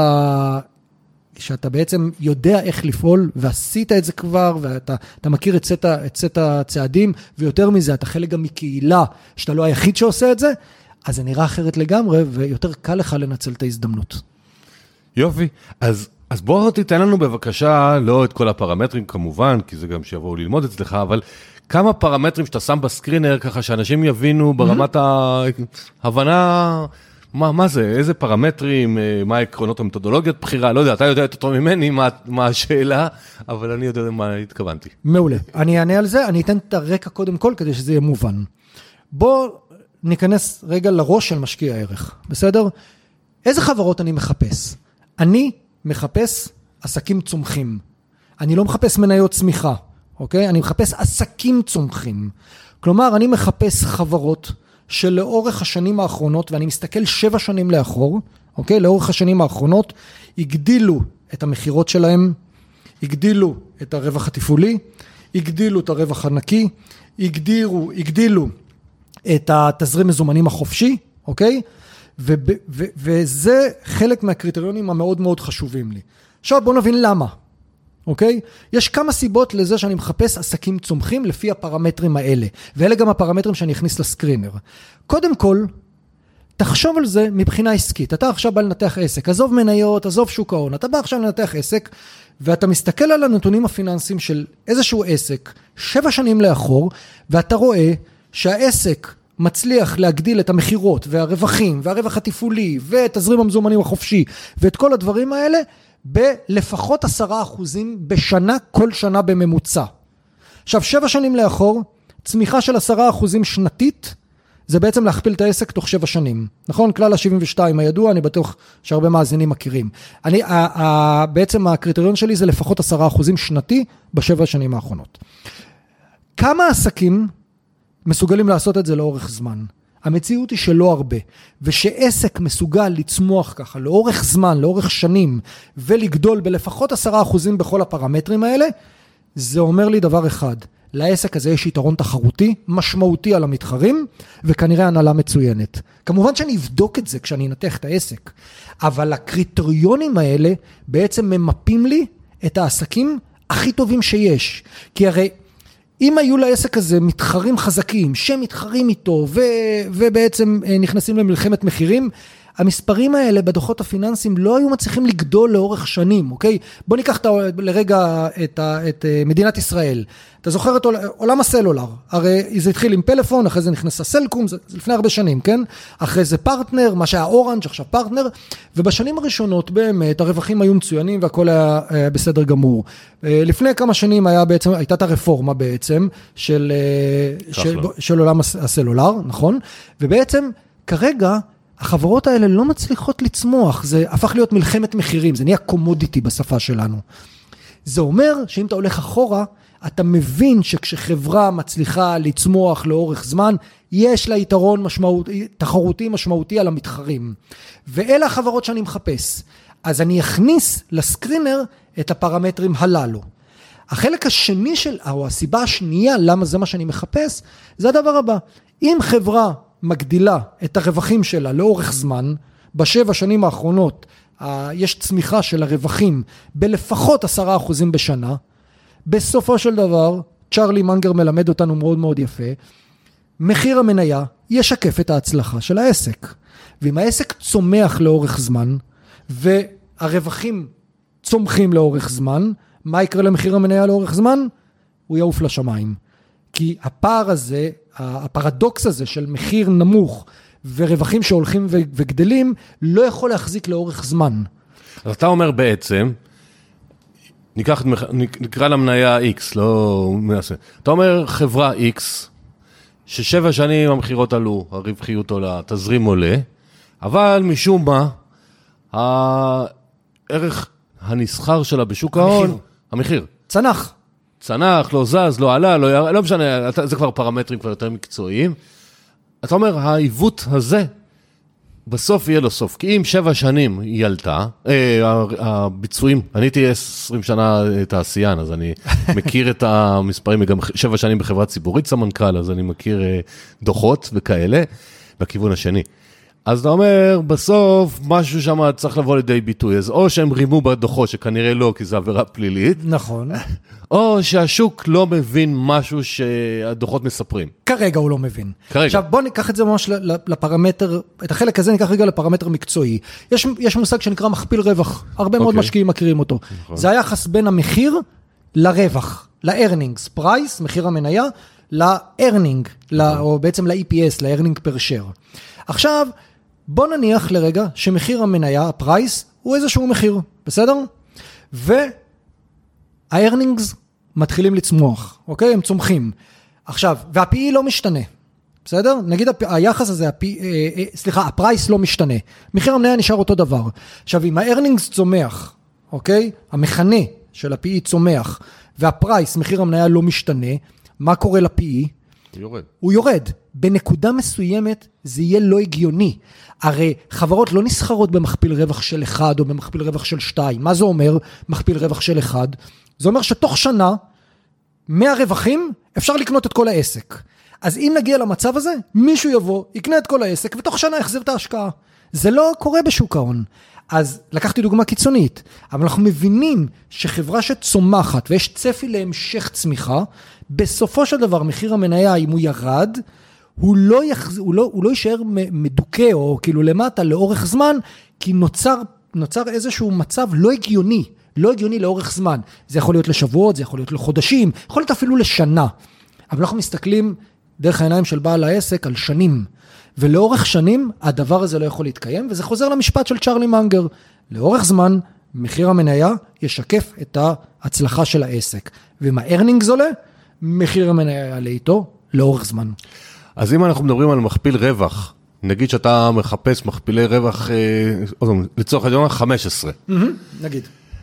שאתה בעצם יודע איך לפעול, ועשית את זה כבר, ואתה מכיר את סט הצעדים, ויותר מזה, אתה חלק גם מקהילה, שאתה לא היחיד שעושה את זה, אז זה נראה אחרת לגמרי, ויותר קל לך לנצל את ההזדמנות. יופי, אז בוא תיתן לנו בבקשה, לא את כל הפרמטרים כמובן, כי זה גם שיבואו ללמוד אצלך, אבל כמה פרמטרים שאתה שם בסקרינר, ככה שאנשים יבינו ברמת ההבנה, מה זה, איזה פרמטרים, מה העקרונות המתודולוגיות בחירה, לא יודע, אתה יודע יותר טוב ממני מה השאלה, אבל אני יודע מה התכוונתי. מעולה, אני אענה על זה, אני אתן את הרקע קודם כל, כדי שזה יהיה מובן. בוא ניכנס רגע לראש של משקיע הערך, בסדר? איזה חברות אני מחפש? אני מחפש עסקים צומחים. אני לא מחפש מניות צמיחה, אוקיי? אני מחפש עסקים צומחים. כלומר, אני מחפש חברות שלאורך השנים האחרונות, ואני מסתכל 7 שנים לאחור, אוקיי? לאורך השנים האחרונות, הגדילו את המחירות שלהם, הגדילו את הרווח התפעולי, הגדילו את הרווח הנקי, הגדילו את התזרים מזומנים החופשי, אוקיי? וזה חלק מהקריטריונים המאוד מאוד חשובים לי. עכשיו בואו נבין למה, אוקיי? יש כמה סיבות לזה שאני מחפש עסקים צומחים לפי הפרמטרים האלה, ואלה גם הפרמטרים שאני אכניס לסקרינר. קודם כל, תחשוב על זה מבחינה עסקית. אתה עכשיו בא לנתח עסק, עזוב מניות, עזוב שוק ההון, אתה בא עכשיו לנתח עסק, ואתה מסתכל על הנתונים הפיננסיים של איזשהו עסק, 7 שנים לאחור, ואתה רואה שהעסק מצליח להגדיל את המחירות והרווחים והרווח התפעולי ותזרים המזומנים החופשי ואת כל הדברים האלה בלפחות 10% בשנה, כל שנה בממוצע. עכשיו 7 שנים לאחור, צמיחה של 10% שנתית, זה בעצם להכפיל את העסק תוך 7 שנים. נכון? כלל ה-72 הידוע, אני בטוח שהרבה מאזינים מכירים. בעצם הקריטריון שלי זה לפחות 10% שנתי ב7 שנים האחרונות. כמה עסקים מסוגלים לעשות את זה לאורך זמן? המציאות היא שלא הרבה, ושעסק מסוגל לצמוח ככה לאורך זמן, לאורך שנים, ולגדול בלפחות 10% בכל הפרמטרים האלה, זה אומר לי דבר אחד, לעסק הזה יש יתרון תחרותי, משמעותי על המתחרים, וכנראה הנהלה מצוינת. כמובן שאני אבדוק את זה כשאני אנתח את העסק, אבל הקריטריונים האלה בעצם ממפים לי את העסקים הכי טובים שיש, כי הרי אם היו לעסק הזה מתחרים חזקים, שמתחרים איתו ובעצם נכנסים למלחמת מחירים, המספרים האלה בדוחות הפיננסיים לא היו מצליחים לגדול לאורך שנים, אוקיי? בוא ניקח לרגע את מדינת ישראל. אתה זוכר את עולם הסלולר, הרי זה התחיל עם פלאפון, אחרי זה נכנס הסלקום, זה לפני הרבה שנים, כן? אחרי זה פרטנר, מה שהיה אורנג' עכשיו פרטנר, ובשנים הראשונות באמת הרווחים היו מצוינים והכל היה בסדר גמור. לפני כמה שנים הייתה את הרפורמה בעצם של עולם הסלולר, נכון? ובעצם כרגע החברות האלה לא מצליחות לצמוח, זה הפך להיות מלחמת מחירים, זה נהיה קומודיטי בשפה שלנו. זה אומר שאם אתה הולך אחורה, אתה מבין שכשחברה מצליחה לצמוח לאורך זמן, יש לה יתרון תחרותי משמעותי על המתחרים. ואלה החברות שאני מחפש. אז אני אכניס לסקרינר את הפרמטרים הללו. החלק השני או הסיבה השנייה, למה זה מה שאני מחפש, זה הדבר הבא. אם חברה מגדילה את הרווחים שלה לאורך זמן, ב7 שנים האחרונות יש צמיחה של הרווחים בלפחות 10% בשנה, בסופו של דבר, צ'רלי מנגר מלמד אותנו מאוד מאוד יפה, מחיר המניה ישקף את ההצלחה של העסק. ואם העסק צומח לאורך זמן, והרווחים צומחים לאורך זמן, מה יקרה למחיר המניה לאורך זמן? הוא יעוף לשמיים. כי הפער הזה, הפרדוקס הזה של מחיר נמוך ורווחים שהולכים וגדלים, לא יכול להחזיק לאורך זמן. אז אתה אומר בעצם, נקרא למניה X, לא מנסה. אתה אומר חברה X, ש7 שנים המחירות עלו, הרווחיות עולה, תזרים עולה, אבל משום מה, הערך הנסחר שלה בשוק ההון, המחיר. צנח, לא זז, לא עלה, לא משנה, זה כבר פרמטרים כבר יותר מקצועיים. אתה אומר, העיוות הזה בסוף יהיה לו סוף, כי אם 7 שנים היא עלתה, הביצועים, אני הייתי 20 שנה תעשיין, אז אני מכיר את המספרים, גם 7 שנים בחברה ציבורית סמנכ"ל, אז אני מכיר דוחות וכאלה, בכיוון השני. אז אתה אומר, בסוף משהו שם צריך לבוא לידי ביטוי, אז או שהם רימו בדוחות, שכנראה לא, כי זו עבירה פלילית. נכון. או שהשוק לא מבין משהו שהדוחות מספרים. כרגע הוא לא מבין. כרגע. עכשיו בוא ניקח את זה ממש לפרמטר, את החלק הזה ניקח רגע לפרמטר מקצועי. יש מושג שנקרא מכפיל רווח, הרבה מאוד משקיעים מכירים אותו. נכון. זה היחס בין המחיר לרווח, ל-earnings, price, מחיר המניה, ל-earning, או בעצם ל-EPS, ל-earning per share. עכשיו, בוא נניח לרגע שמחיר המניה, הפרייס, הוא איזשהו מחיר, בסדר? וה-earnings מתחילים לצמוח, אוקיי? הם צומחים. עכשיו, וה-PE לא משתנה, בסדר? נגיד היחס הזה, הפרייס לא משתנה. מחיר המניה נשאר אותו דבר. עכשיו, אם ה-earnings צומח, אוקיי? המכנה של ה-PE צומח, והפרייס, מחיר המניה לא משתנה, מה קורה ל-PE? הוא יורד. בנקודה מסוימת זה יהיה לא הגיוני. הרי חברות לא נסחרות במכפיל רווח של 1 או במכפיל רווח של 2. מה זה אומר מכפיל רווח של 1? זה אומר שתוך שנה, מהרווחים אפשר לקנות את כל העסק. אז אם נגיע למצב הזה, מישהו יבוא, יקנה את כל העסק, ותוך שנה יחזיר את ההשקעה. זה לא קורה בשוק ההון. אז לקחתי דוגמה קיצונית, אבל אנחנו מבינים שחברה שצומחת ויש צפי להמשך צמיחה, בסופו של דבר מחיר המניה, אם הוא ירד, הוא לא יישאר מדוכא או כאילו למטה לאורך זמן, כי נוצר איזשהו מצב לא הגיוני, לא הגיוני לאורך זמן. זה יכול להיות לשבועות, זה יכול להיות לחודשים, יכול להיות אפילו לשנה. אבל אנחנו מסתכלים דרך העיניים של בעל העסק על שנים. ולאורך שנים הדבר הזה לא יכול להתקיים, וזה חוזר למשפט של צ'רלי מנגר. לאורך זמן מחיר המניה ישקף את ההצלחה של העסק. ואם הארנינג זולה, מחיר המניה יעלה איתו לאורך זמן. אז אם אנחנו מדברים על מכפיל רווח, נגיד שאתה מחפש מכפילי רווח, לצורך הדיון 15. נגיד.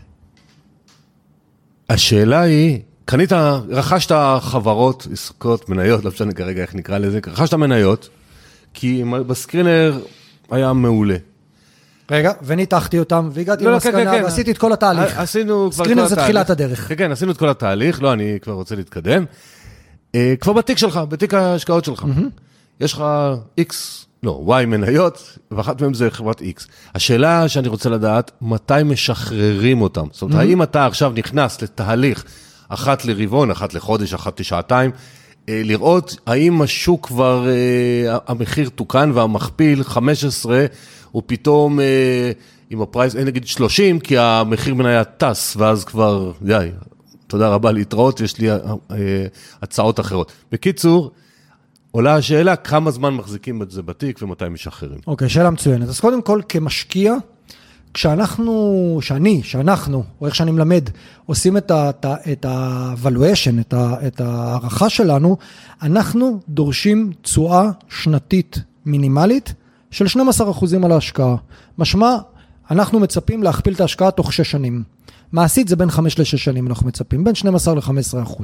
השאלה היא, רכשת חברות, עסקות, מניות, לא משנה כרגע איך נקרא לזה, רכשת מניות, כי בסקרינר היה מעולה. רגע, וניתחתי אותם, והגעתי למסקנה, ועשיתי את כל התהליך. סקרינר זה תחילת הדרך. כן, עשינו את כל התהליך, לא, אני כבר רוצה להתקדם. כבר בתיק שלך, בתיק ההשקעות שלך. יש לך X, לא, Y מניות, ואחת מהם זה חברת X. השאלה שאני רוצה לדעת, מתי משחררים אותם? זאת אומרת, האם אתה עכשיו נכנס לתהליך, אחת לרבעון, אחת לחודש, אחת לשעתיים, לראות האם השוק כבר, המחיר תוקן והמכפיל 15, הוא פתאום עם הפרייס, נגיד 30, כי המחיר מניה טס, ואז כבר, די, תודה רבה להתראות, יש לי הצעות אחרות. בקיצור, עולה השאלה, כמה זמן מחזיקים את זה בתיק ומתי משחררים? אוקיי, שאלה מצוינת. אז קודם כל, כמשקיע, שאנחנו, או איך שאני מלמד, עושים את ה-valuation, את הערכה שלנו, אנחנו דורשים תשואה שנתית מינימלית של 12% על ההשקעה. משמע, אנחנו מצפים להכפיל את ההשקעה תוך 6 שנים. מעשית זה בין 5 ל-6 שנים אנחנו מצפים, בין 12 ל-15%.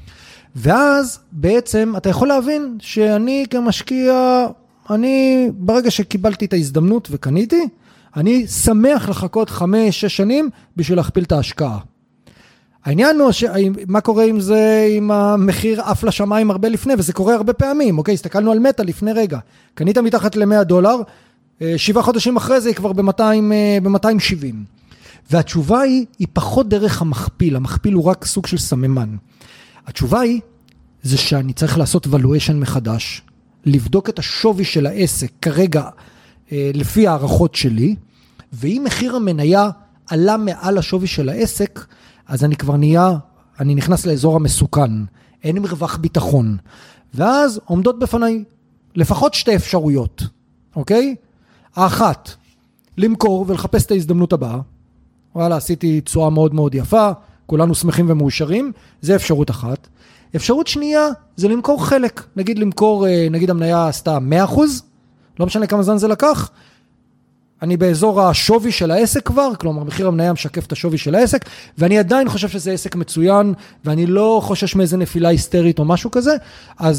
ואז בעצם אתה יכול להבין שאני כמשקיע, ברגע שקיבלתי את ההזדמנות וקניתי, אני שמח לחכות 5-6 שנים בשביל להכפיל את ההשקעה. העניין הוא מה קורה עם זה, עם המחיר עף לשמיים הרבה לפני, וזה קורה הרבה פעמים, אוקיי? הסתכלנו על מטא לפני רגע, קנית מתחת $100, 7 חודשים אחרי זה היא כבר ב-270. והתשובה היא פחות דרך המכפיל הוא רק סוג של סממן. התשובה זה שאני צריך לעשות valuation מחדש, לבדוק את השווי של העסק כרגע לפי הערכות שלי, ואם מחיר המניה עלה מעל השווי של העסק, אז אני נכנס לאזור המסוכן, אין עם רווח ביטחון, ואז עומדות בפניי לפחות 2 אפשרויות, אוקיי? האחת, למכור ולחפש את ההזדמנות הבאה, וואלה, עשיתי תשואה מאוד מאוד יפה, כולנו שמחים ומאושרים, זה אפשרות אחת. אפשרות שנייה, זה למכור חלק, נגיד המניה עשתה 100%, לא משנה כמה זמן זה לקח, אני באזור השווי של העסק כבר, כלומר מחיר המניה משקף את השווי של העסק, ואני עדיין חושב שזה עסק מצוין, ואני לא חושש מאיזה נפילה היסטרית או משהו כזה, אז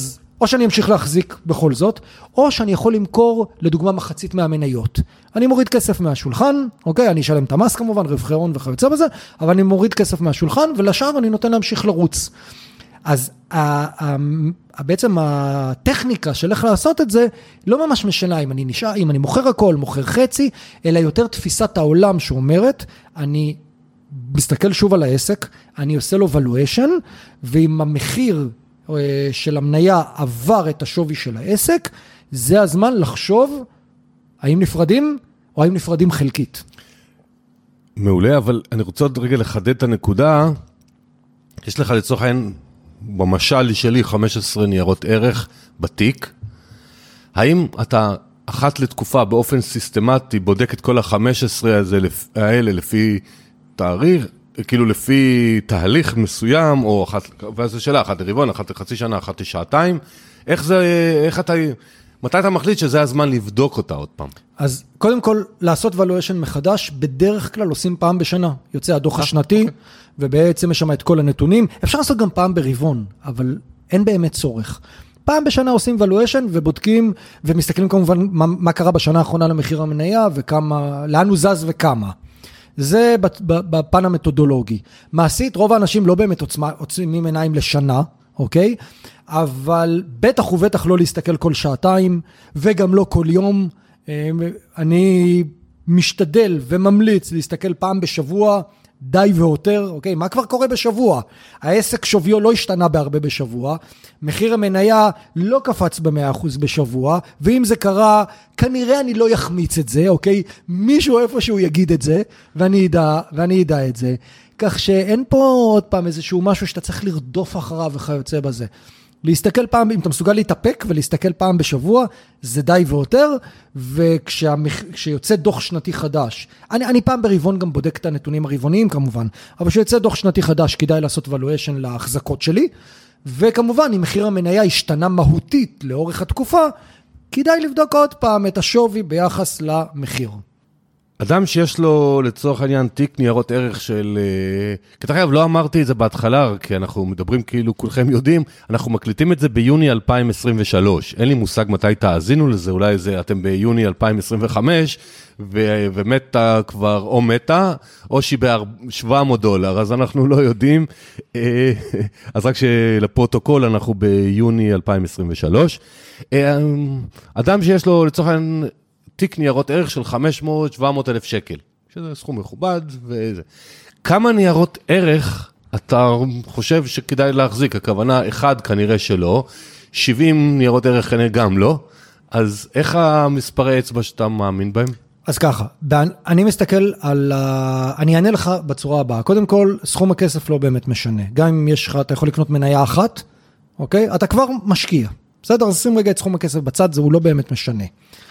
או שאני אמשיך להחזיק בכל זאת, או שאני יכול למכור לדוגמה מחצית מהמניות. אני מוריד כסף מהשולחן, אוקיי? אני אשלם את המס כמובן, רווחי הון וכיוצא בזה, אבל אני מוריד כסף מהשולחן, ולשאר אני נותן להמשיך לרוץ. אז בעצם הטכניקה של איך לעשות את זה, לא ממש משנה אם אני מוכר הכל, מוכר חצי, אלא יותר תפיסת העולם שאומרת, אני מסתכל שוב על העסק, אני עושה לו valuation, ואם המחיר של המניה עבר את השווי של העסק, זה הזמן לחשוב האם נפרדים או האם נפרדים חלקית. מעולה, אבל אני רוצה עוד רגע לחדד את הנקודה. יש לך לצורך העניין, במשל שלי 15 ניירות ערך בתיק. האם אתה אחת לתקופה באופן סיסטמטי בודק את כל ה-15 האלה לפי תאריך, כאילו לפי תהליך מסוים, או אחת, ואז שאלה, אחת לרבעון, אחת לחצי שנה, אחת לשעתיים, מתי אתה מחליט שזה הזמן לבדוק אותה עוד פעם? אז קודם כל, לעשות valuation מחדש, בדרך כלל עושים פעם בשנה, יוצא הדוח השנתי, ובעצם יש שם את כל הנתונים, אפשר לעשות גם פעם ברבעון, אבל אין באמת צורך. פעם בשנה עושים valuation ובודקים, ומסתכלים כמובן מה קרה בשנה האחרונה למחיר המניה, וכמה, לאן הוא זז וכמה. זה בפן המתודולוגי. מעשית, רוב האנשים לא באמת עוצמים עיניים לשנה, אוקיי? אבל בטח ובטח לא להסתכל כל שעתיים, וגם לא כל יום. אני משתדל וממליץ להסתכל פעם בשבוע, די ויותר, אוקיי? מה כבר קורה בשבוע? העסק שוויו לא השתנה בהרבה בשבוע, מחיר המניה לא קפץ ב100% בשבוע, ואם זה קרה, כנראה אני לא יחמיץ את זה, אוקיי? מישהו איפשהו יגיד את זה, ואני אדע את זה. כך שאין פה עוד פעם איזשהו משהו שאתה צריך לרדוף אחריו וכיוצא בזה. להסתכל פעם, אם אתה מסוגל להתאפק ולהסתכל פעם בשבוע, זה די ויותר, וכשיוצא דוח שנתי חדש, אני פעם ברבעון גם בודק את הנתונים הרבעוניים כמובן, אבל כשיוצא דוח שנתי חדש, כדאי לעשות valuation להחזקות שלי, וכמובן, אם מחיר המניה השתנה מהותית לאורך התקופה, כדאי לבדוק עוד פעם את השווי ביחס למחיר. אדם שיש לו לצורך העניין תיק ניירות ערך של, כתב לא אמרתי את זה בהתחלה, כי אנחנו מדברים כאילו כולכם יודעים, אנחנו מקליטים את זה ביוני 2023, אין לי מושג מתי תאזינו לזה, אולי זה אתם ביוני 2025, ומתה כבר או מתה, או שהיא $700, אז אנחנו לא יודעים, אז רק שלפרוטוקול אנחנו ביוני 2023. אדם שיש לו לצורך העניין, תיק ניירות ערך של 500-700 אלף שקל, שזה סכום מכובד וזה. כמה ניירות ערך אתה חושב שכדאי להחזיק? הכוונה, אחד כנראה שלא, 70 ניירות ערך כנראה גם לא, אז איך המספרי אצבע שאתה מאמין בהם? אז ככה, אני מסתכל על, אני אענה לך בצורה הבאה. קודם כל, סכום הכסף לא באמת משנה. גם אם יש לך, אתה יכול לקנות מניה אחת, אוקיי? אתה כבר משקיע. בסדר, אז שים רגע את סכום הכסף בצד, זה הוא לא באמת משנה.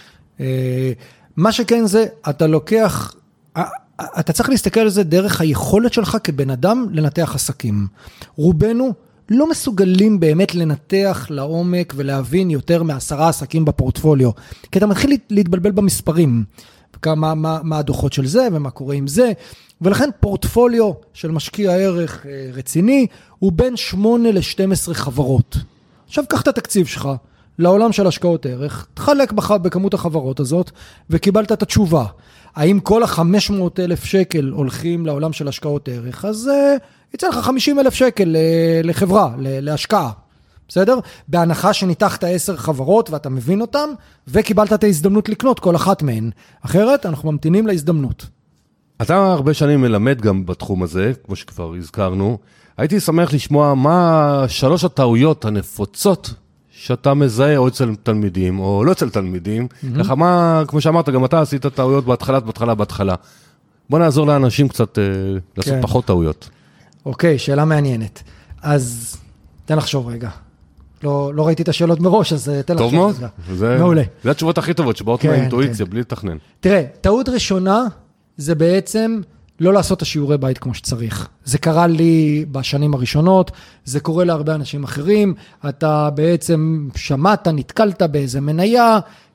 מה שכן זה, אתה לוקח, אתה צריך להסתכל על זה דרך היכולת שלך כבן אדם לנתח עסקים. רובנו לא מסוגלים באמת לנתח לעומק ולהבין יותר מ10 עסקים בפורטפוליו, כי אתה מתחיל להתבלבל במספרים, מה הדוחות של זה ומה קורה עם זה, ולכן פורטפוליו של משקיע ערך רציני הוא בין 8 ל-12 חברות. עכשיו קח את התקציב שלך, לעולם של השקעות ערך, תחלק בכמות החברות הזאת, וקיבלת את התשובה. האם כל ה-500,000 שקל הולכים לעולם של השקעות ערך, אז יצא לך 50,000 שקל לחברה, להשקעה. בסדר? בהנחה שניתחת 10 חברות, ואתה מבין אותם, וקיבלת את ההזדמנות לקנות כל אחת מהן. אחרת, אנחנו ממתינים להזדמנות. אתה הרבה שנים מלמד גם בתחום הזה, כמו שכבר הזכרנו. הייתי שמח לשמוע מה 3 הטעויות הנפוצות שאתה מזהה או אצל תלמידים, או לא אצל תלמידים, ככה מה, כמו שאמרת, גם אתה עשית טעויות בהתחלה. בוא נעזור לאנשים קצת לעשות פחות טעויות. אוקיי, שאלה מעניינת. אז תן לחשוב רגע. לא ראיתי את השאלות מראש, אז תן לחשוב רגע. טוב מאוד, מעולה. זה התשובות הכי טובות, שבאות מהאינטואיציה, בלי לתכנן. תראה, טעות ראשונה, זה בעצם לא לעשות את השיעורי בית כמו שצריך. זה קרה לי בשנים הראשונות, זה קורה להרבה אנשים אחרים, אתה בעצם שמעת, נתקלת באיזה מניה,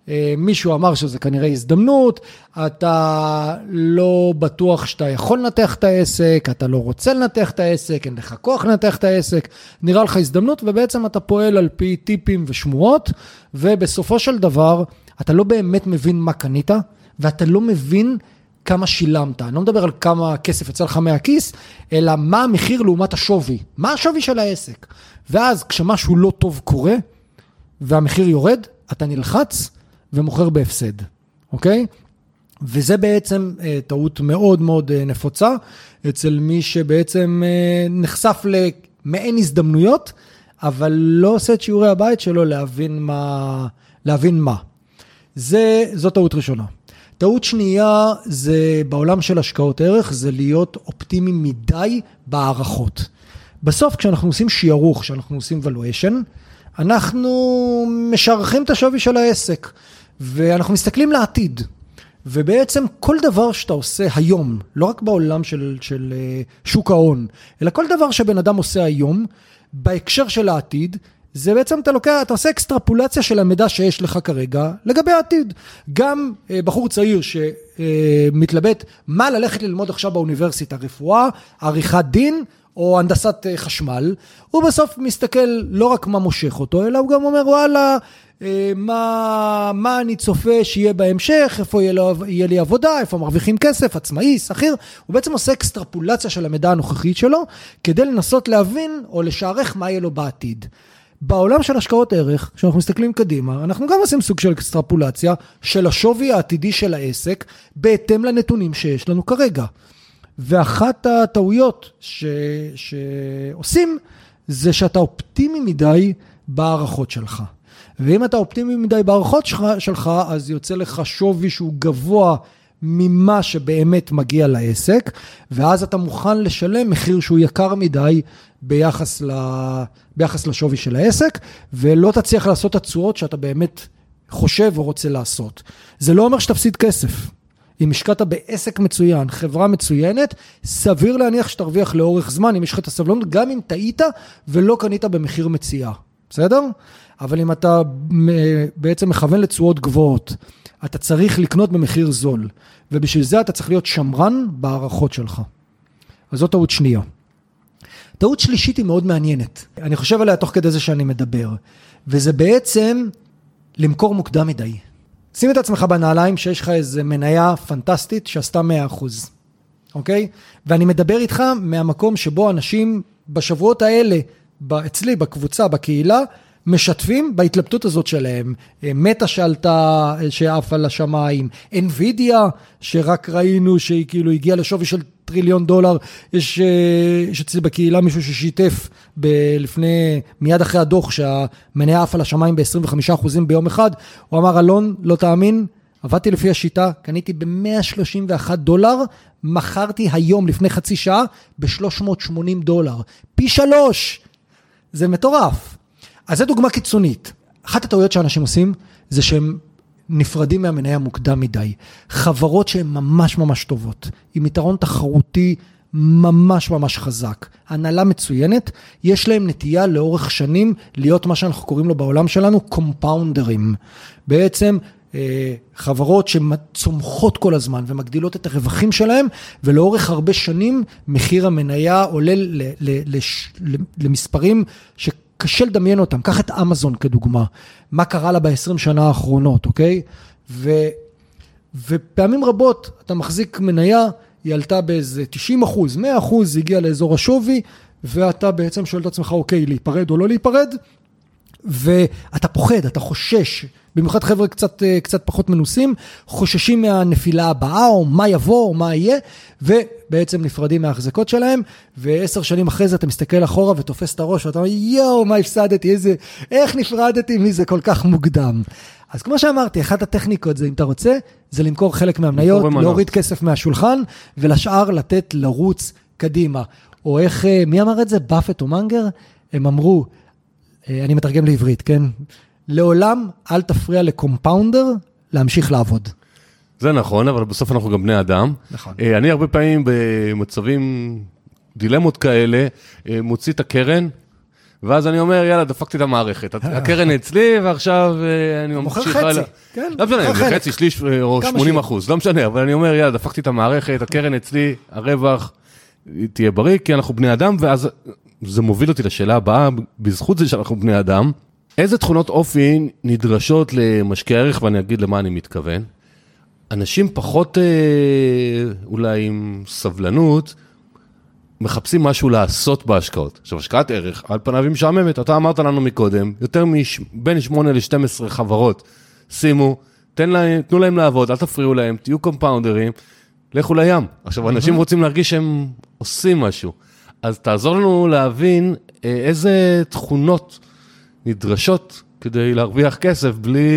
מישהו אמר שזה כנראה הזדמנות, אתה לא בטוח שאתה יכול לנתח את העסק, אתה לא רוצה לנתח את העסק, אין לך כוח לנתח את העסק, נראה לך הזדמנות, ובעצם אתה פועל על פי טיפים ושמועות, ובסופו של דבר, אתה לא באמת מבין מה קנית, ואתה לא מבין כמה שילמת. אני לא מדבר על כמה כסף יצא לך מהכיס, אלא מה המחיר לעומת השווי. מה השווי של העסק? ואז כשמשהו לא טוב קורה, והמחיר יורד, אתה נלחץ ומוכר בהפסד. אוקיי? וזה בעצם טעות מאוד מאוד נפוצה, אצל מי שבעצם נחשף למעין הזדמנויות, אבל לא עושה את שיעורי הבית שלו להבין מה. זו טעות ראשונה. טעות שנייה זה בעולם של השקעות ערך, זה להיות אופטימי מדי בהערכות. בסוף כשאנחנו עושים שיערוך, כשאנחנו עושים valuation, אנחנו משערכים את השווי של העסק, ואנחנו מסתכלים לעתיד. ובעצם כל דבר שאתה עושה היום, לא רק בעולם של שוק ההון, אלא כל דבר שבן אדם עושה היום, בהקשר של העתיד, זה בעצם אתה עושה אקסטרפולציה של המידע שיש לך כרגע לגבי העתיד. גם בחור צעיר שמתלבט מה ללכת ללמוד עכשיו באוניברסיטה, רפואה, עריכת דין או הנדסת חשמל, הוא בסוף מסתכל לא רק מה מושך אותו, אלא הוא גם אומר וואלה, מה אני צופה שיהיה בהמשך, איפה יהיה לי עבודה, איפה מרוויחים כסף, עצמאי, שכיר, הוא בעצם עושה אקסטרפולציה של המידע הנוכחית שלו, כדי לנסות להבין או לשערך מה יהיה לו בעתיד. בעולם של השקעות ערך, כשאנחנו מסתכלים קדימה, אנחנו גם עושים סוג של אקסטרפולציה של השווי העתידי של העסק, בהתאם לנתונים שיש לנו כרגע. ואחת הטעויות שעושים, זה שאתה אופטימי מדי בהערכות שלך. ואם אתה אופטימי מדי בהערכות שלך, אז יוצא לך שווי שהוא גבוה ממה שבאמת מגיע לעסק, ואז אתה מוכן לשלם מחיר שהוא יקר מדי ביחס לשווי של העסק, ולא תצליח לעשות התשואות שאתה באמת חושב או רוצה לעשות. זה לא אומר שתפסיד כסף. אם השקעת בעסק מצוין, חברה מצוינת, סביר להניח שתרוויח לאורך זמן, אם יש לך את הסבלנות, גם אם טעית ולא קנית במחיר מציאה. בסדר? אבל אם אתה בעצם מכוון לתשואות גבוהות, אתה צריך לקנות במחיר זול, ובשביל זה אתה צריך להיות שמרן בהערכות שלך. אז זאת טעות שנייה. טעות שלישית היא מאוד מעניינת. אני חושב עליה תוך כדי זה שאני מדבר, וזה בעצם למכור מוקדם מדי. שים את עצמך בנעליים שיש לך איזו מניה פנטסטית שעשתה 100%. אוקיי? ואני מדבר איתך מהמקום שבו אנשים בשבועות האלה, אצלי, בקבוצה, בקהילה, משתפים בהתלבטות הזאת שלהם. מטה שעף על השמיים, NVIDIA שרק ראינו שהיא כאילו הגיעה לשווי של $1 טריליון. יש אצלי בקהילה מישהו ששיתף מיד אחרי הדוח שהמניה עף על השמיים ב-25% ביום אחד. הוא אמר, אלון, לא תאמין, עבדתי לפי השיטה, קניתי $131, מכרתי היום לפני חצי שעה $380. פי 3. זה מטורף. אז זו דוגמה קיצונית. אחת הטעויות שאנשים עושים, זה שהם נפרדים מהמניה מוקדם מדי. חברות שהן ממש ממש טובות, עם יתרון תחרותי ממש ממש חזק. הנהלה מצוינת, יש להם נטייה לאורך שנים, להיות מה שאנחנו קוראים לו בעולם שלנו, קומפאונדרים. בעצם חברות שצומחות כל הזמן, ומגדילות את הרווחים שלהם, ולאורך הרבה שנים, מחיר המניה עולה למספרים קשה לדמיין אותם. קח את אמזון כדוגמה. מה קרה לה ב-20 שנה האחרונות, אוקיי? ופעמים רבות אתה מחזיק מניה, היא עלתה באיזה 90%, 100%, היא הגיעה לאזור השווי, ואתה בעצם שואל את עצמך, אוקיי, להיפרד או לא להיפרד? ואתה פוחד, אתה חושש, במיוחד חבר'ה קצת פחות מנוסים, חוששים מהנפילה הבאה, או מה יבוא, או מה יהיה, ובעצם נפרדים מההחזקות שלהם, ו10 שנים אחרי זה אתה מסתכל אחורה ותופס את הראש, ואתה אומר, יואו, מה הפסדתי, איך נפרדתי מזה כל כך מוקדם. אז כמו שאמרתי, אחת הטכניקות זה, אם אתה רוצה, זה למכור חלק מהמניות, להוריד כסף מהשולחן, ולשאר לתת לרוץ קדימה. או איך, מי אמר את זה? באפט או מנגר? הם אמרו, אני מתרגם לעברית, כן? לעולם אל תפריע לקומפאונדר להמשיך לעבוד. זה נכון, אבל בסוף אנחנו גם בני אדם. נכון. אני הרבה פעמים במצבים, דילמות כאלה, מוציא את הקרן, ואז אני אומר, יאללה, דפקתי את המערכת, הקרן אצלי, ועכשיו אני ממשיך הלאה. לא משנה, זה חצי, שליש או 80%, לא משנה, אבל אני אומר, יאללה, דפקתי את המערכת, הקרן אצלי, הרווח תהיה בריא, כי אנחנו בני אדם, ואז זה מוביל אותי לשאלה הבאה, בזכות זה שאנחנו בני אדם, איזה תכונות אופי נדרשות למשקיע ערך, ואני אגיד למה אני מתכוון. אנשים פחות אולי עם סבלנות, מחפשים משהו לעשות בהשקעות. עכשיו, השקעת ערך, על פניו היא משעממת. אתה אמרת לנו מקודם, יותר בין 8 ל-12 חברות, שימו, תנו להם לעבוד, אל תפריעו להם, תהיו קומפאונדרים, לכו לים. עכשיו, אנשים רוצים להרגיש שהם עושים משהו. אז תעזור לנו להבין איזה תכונות נדרשות כדי להרוויח כסף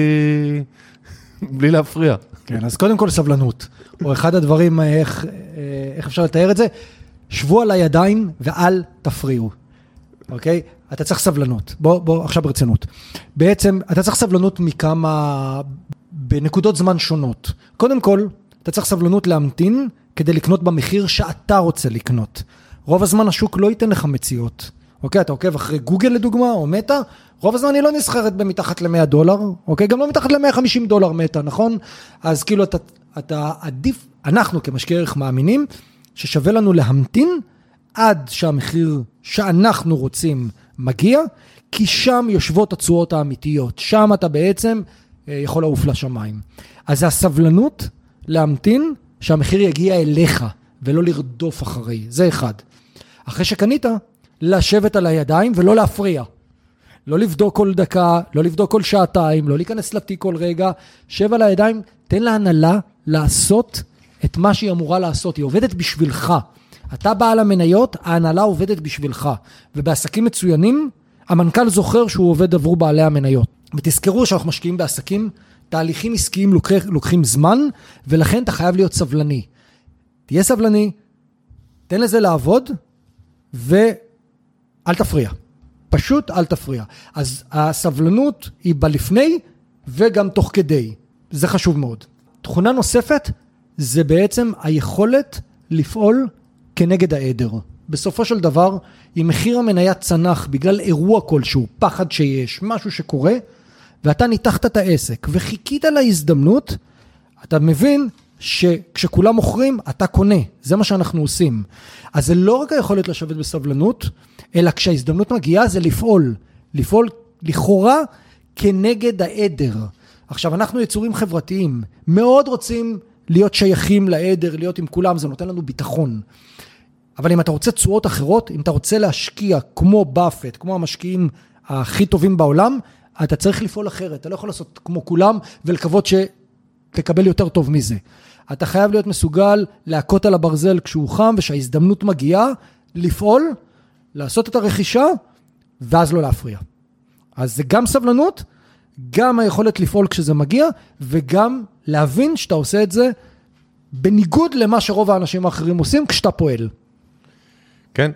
בלי להפריע. כן, אז קודם כל סבלנות. או אחד הדברים, איך אפשר לתאר את זה? שבו על הידיים ואל תפריעו. אוקיי? אתה צריך סבלנות. בוא עכשיו ברצינות. בעצם, אתה צריך סבלנות בנקודות זמן שונות. קודם כל, אתה צריך סבלנות להמתין כדי לקנות במחיר שאתה רוצה לקנות. רוב הזמן השוק לא ייתן לך מציאות. אוקיי, אתה עוקב אחרי גוגל לדוגמה, או מטה, רוב הזמן היא לא נסחרת במתחת ל$100, אוקיי, גם לא מתחת ל$150 מטה, נכון? אז כאילו אתה עדיף, אנחנו כמשקיעי ערך מאמינים, ששווה לנו להמתין עד שהמחיר שאנחנו רוצים מגיע, כי שם יושבות התשואות האמיתיות, שם אתה בעצם יכול לעוף לשמיים. אז זה הסבלנות להמתין שהמחיר יגיע אליך, ולא לרדוף אחרי, זה אחד. אחרי שקנית, לשבת על הידיים ולא להפריע. לא לבדוק כל דקה, לא לבדוק כל שעתיים, לא להיכנס לתיק כל רגע, שב על הידיים, תן להנהלה לעשות את מה שהיא אמורה לעשות, היא עובדת בשבילך. אתה בעל המניות, ההנהלה עובדת בשבילך. ובעסקים מצוינים, המנכ"ל זוכר שהוא עובד עבור בעלי המניות. ותזכרו שאנחנו משקיעים בעסקים, תהליכים עסקיים לוקחים זמן, ולכן אתה חייב להיות סבלני. תהיה סבלני, תן לזה לעבוד, ואל תפריע. פשוט אל תפריע. אז הסבלנות היא בלפני, וגם תוך כדי. זה חשוב מאוד. תכונה נוספת, זה בעצם היכולת לפעול כנגד העדר. בסופו של דבר, אם מחיר המניה צנח בגלל אירוע כלשהו, פחד שיש, משהו שקורה, ואתה ניתחת את העסק וחיכית להזדמנות, אתה מבין שכשכולם מוכרים, אתה קונה. זה מה שאנחנו עושים. אז זה לא רק היכולת לשבת בסבלנות, אלא כשההזדמנות מגיעה זה לפעול. לפעול לכאורה כנגד העדר. עכשיו, אנחנו יצורים חברתיים, מאוד רוצים להיות שייכים לעדר, להיות עם כולם, זה נותן לנו ביטחון. אבל אם אתה רוצה תשואות אחרות, אם אתה רוצה להשקיע כמו באפט, כמו המשקיעים הכי טובים בעולם, אתה צריך לפעול אחרת. אתה לא יכול לעשות כמו כולם ולקוות שתקבל יותר טוב מזה. אתה חייב להיות מסוגל להכות על הברזל כשהוא חם, ושההזדמנות מגיעה, לפעול, לעשות את הרכישה, ואז לא להפריע. אז זה גם סבלנות, גם היכולת לפעול כשזה מגיע, וגם להבין שאתה עושה את זה בניגוד למה שרוב האנשים האחרים עושים כשאתה פועל. כן.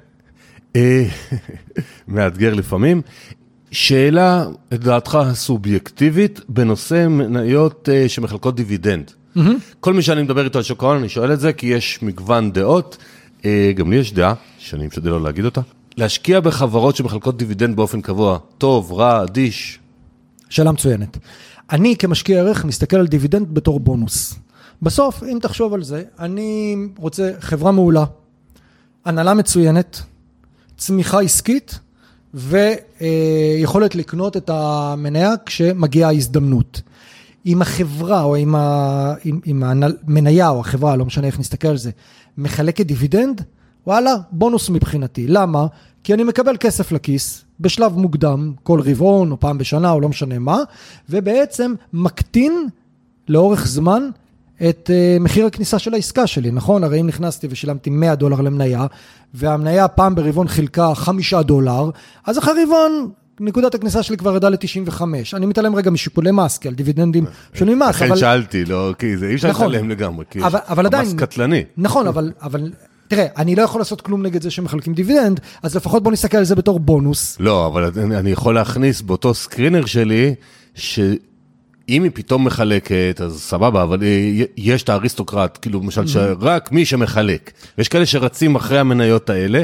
מאתגר לפעמים. שאלה, את דעתך הסובייקטיבית, בנושא מניות שמחלקות דיבידנד. כל מי שאני מדבר איתו על שוק ההון, אני שואל את זה, כי יש מגוון דעות, גם לי יש דעה, שאני משתדל לא להגיד אותה, להשקיע בחברות שמחלקות דיבידנד באופן קבוע, טוב, רע, אדיש. שאלה מצוינת. אני כמשקיע ערך מסתכל על דיבידנד בתור בונוס. בסוף, אם תחשוב על זה, אני רוצה חברה מעולה, הנהלה מצוינת, צמיחה עסקית, ויכולת לקנות את המניה כשמגיעה ההזדמנות. אם החברה או אם המניה או החברה, לא משנה איך נסתכל על זה, מחלקת דיבידנד, וואלה, בונוס מבחינתי. למה? כי אני מקבל כסף לכיס בשלב מוקדם, כל רבעון או פעם בשנה או לא משנה מה, ובעצם מקטין לאורך זמן את מחיר הכניסה של העסקה שלי, נכון? הרי אם נכנסתי ושילמתי $100 למניה, והמניה פעם ברבעון חילקה $5, אז אחרי רבעון נקודת הכניסה שלי כבר ירדה ל-95. אני מתעלם רגע משיקולי מס, כי על דיבידנדים שונים מס. לכן שאלתי, לא, כי זה אי אפשר לשלם לגמרי, כי המס קטלני. נכון, אבל תראה, אני לא יכול לעשות כלום נגד זה שמחלקים דיבידנד, אז לפחות בוא נסתכל על זה בתור בונוס. לא, אבל אני יכול להכניס באותו סקרינר שלי, אם היא פתאום מחלקת, אז סבבה, אבל יש את האריסטוקרט, כאילו למשל שרק מי שמחלק. יש כאלה שרצים אחרי המניות האלה,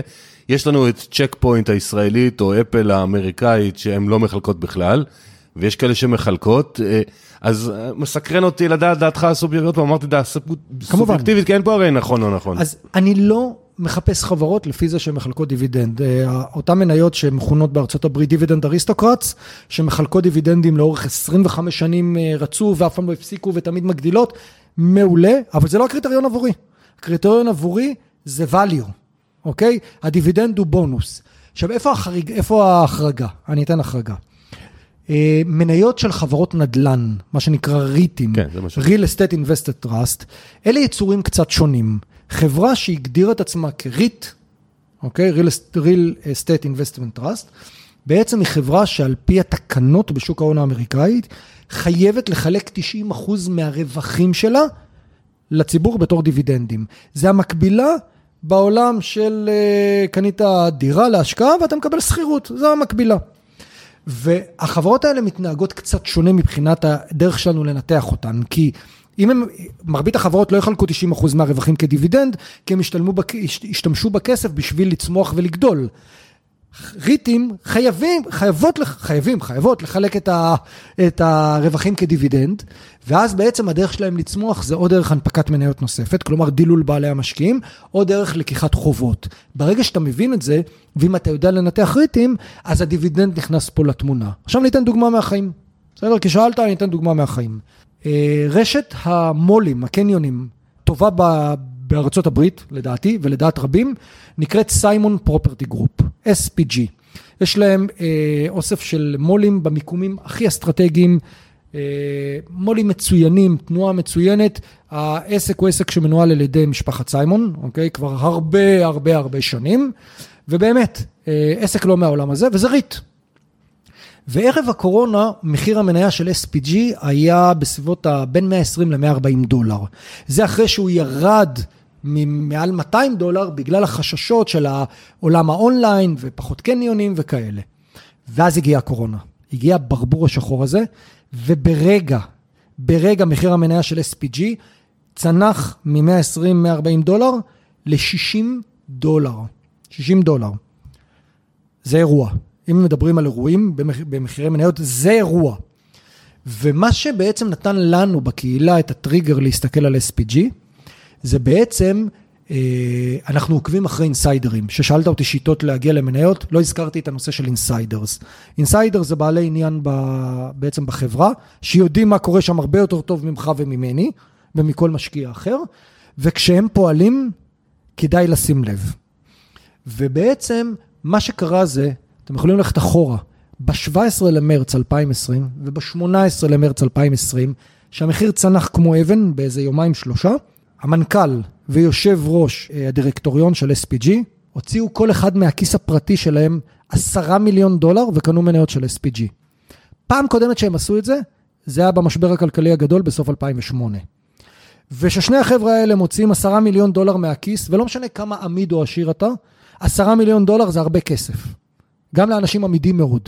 יש לנו את צ'ק פוינט הישראלית או אפל האמריקאית שהן לא מחלקות בכלל, ויש כאלה שמחלקות, אז מסקרן אותי לדעת דעתך הסובייקטיבית, ואמרתי דעת סובייקטיבית, כי אין פה הרי נכון או נכון. אז אני לא מחפש חברות לפי זה שמחלקות דיבידנד. אותן מניות שמכונות בארצות הברית דיבידנד אריסטוקרטס, שמחלקות דיבידנדים לאורך 25 שנים רצו ואף פעם לא הפסיקו ותמיד מגדילות, מעולה, אבל זה לא הקריטריון עבורי. הקריטריון עבורי זה value, אוקיי? הדיבידנד הוא בונוס. עכשיו, איפה ההחרגה? אני אתן החרגה. מניות של חברות נדל"ן, מה שנקרא ריטים, כן, Real Estate Invested Trust, אלה יצורים קצת שונים. חברה שהגדירה את עצמה כריט, אוקיי? Real Estate Investment Trust, בעצם היא חברה שעל פי התקנות בשוק ההון האמריקאית, חייבת לחלק 90% מהרווחים שלה לציבור בתור דיבידנדים. זה המקבילה בעולם של קנית דירה להשקעה ואתה מקבל שכירות, זה המקבילה. והחברות האלה מתנהגות קצת שונה מבחינת הדרך שלנו לנתח אותן, כי מרבית החברות לא יחלקו 90% מהרווחים כדיבידנד, כי הם השתמשו בכסף בשביל לצמוח ולגדול. ריטים חייבות לחלק את הרווחים כדיבידנד, ואז בעצם הדרך שלהם לצמוח זה או דרך הנפקת מניות נוספת, כלומר דילול בעלי המשקיעים, או דרך לקיחת חובות. ברגע שאתה מבין את זה, ואם אתה יודע לנתח ריטים, אז הדיבידנד נכנס פה לתמונה. עכשיו ניתן דוגמה מהחיים. בסדר? כי שאלת, אני אתן דוגמה מהחיים. רשת המולים, הקניונים, טובה בארצות הברית, לדעתי, ולדעת רבים, נקראת סיימון פרופרטי גרופ, SPG. יש להם אוסף של מולים במיקומים הכי אסטרטגיים, מולים מצוינים, תנועה מצוינת, העסק הוא עסק שמנוהל על ידי משפחת סיימון, אוקיי? כבר הרבה שנים, ובאמת, עסק לא מהעולם הזה, וזה ריט. וערב הקורונה, מחיר המניה של SPG היה בסביבות בין 120 ל-140 דולר. זה אחרי שהוא ירד מעל 200 דולר, בגלל החששות של העולם האונליין, ופחות קניונים וכאלה. ואז הגיעה הקורונה. הגיע ברבור השחור הזה, וברגע מחיר המניה של SPG, צנח מ-120-140 דולר ל-60 דולר. 60 דולר. זה אירוע. אם מדברים על אירועים במחירי מניות, זה אירוע. ומה שבעצם נתן לנו בקהילה את הטריגר להסתכל על SPG, זה בעצם, אנחנו עוקבים אחרי אינסיידרים. ששאלת אותי שיטות להגיע למניות, לא הזכרתי את הנושא של אינסיידרס. אינסיידר זה בעלי עניין בעצם בחברה, שיודעים מה קורה שם הרבה יותר טוב ממך וממני, ומכל משקיע אחר, וכשהם פועלים, כדאי לשים לב. ובעצם, מה שקרה זה, אתם יכולים ללכת אחורה, ב-17 למרץ 2020 וב-18 למרץ 2020, שהמחיר צנח כמו אבן באיזה יומיים שלושה, המנכ"ל ויושב ראש הדירקטוריון של SPG, הוציאו כל אחד מהכיס הפרטי שלהם 10 מיליון דולר וקנו מניות של SPG. פעם קודמת שהם עשו את זה, זה היה במשבר הכלכלי הגדול בסוף 2008. וששני החבר'ה האלה מוציאים 10 מיליון דולר מהכיס, ולא משנה כמה עמיד או עשיר אתה, 10 מיליון דולר זה הרבה כסף. גם לאנשים עמידים מאוד.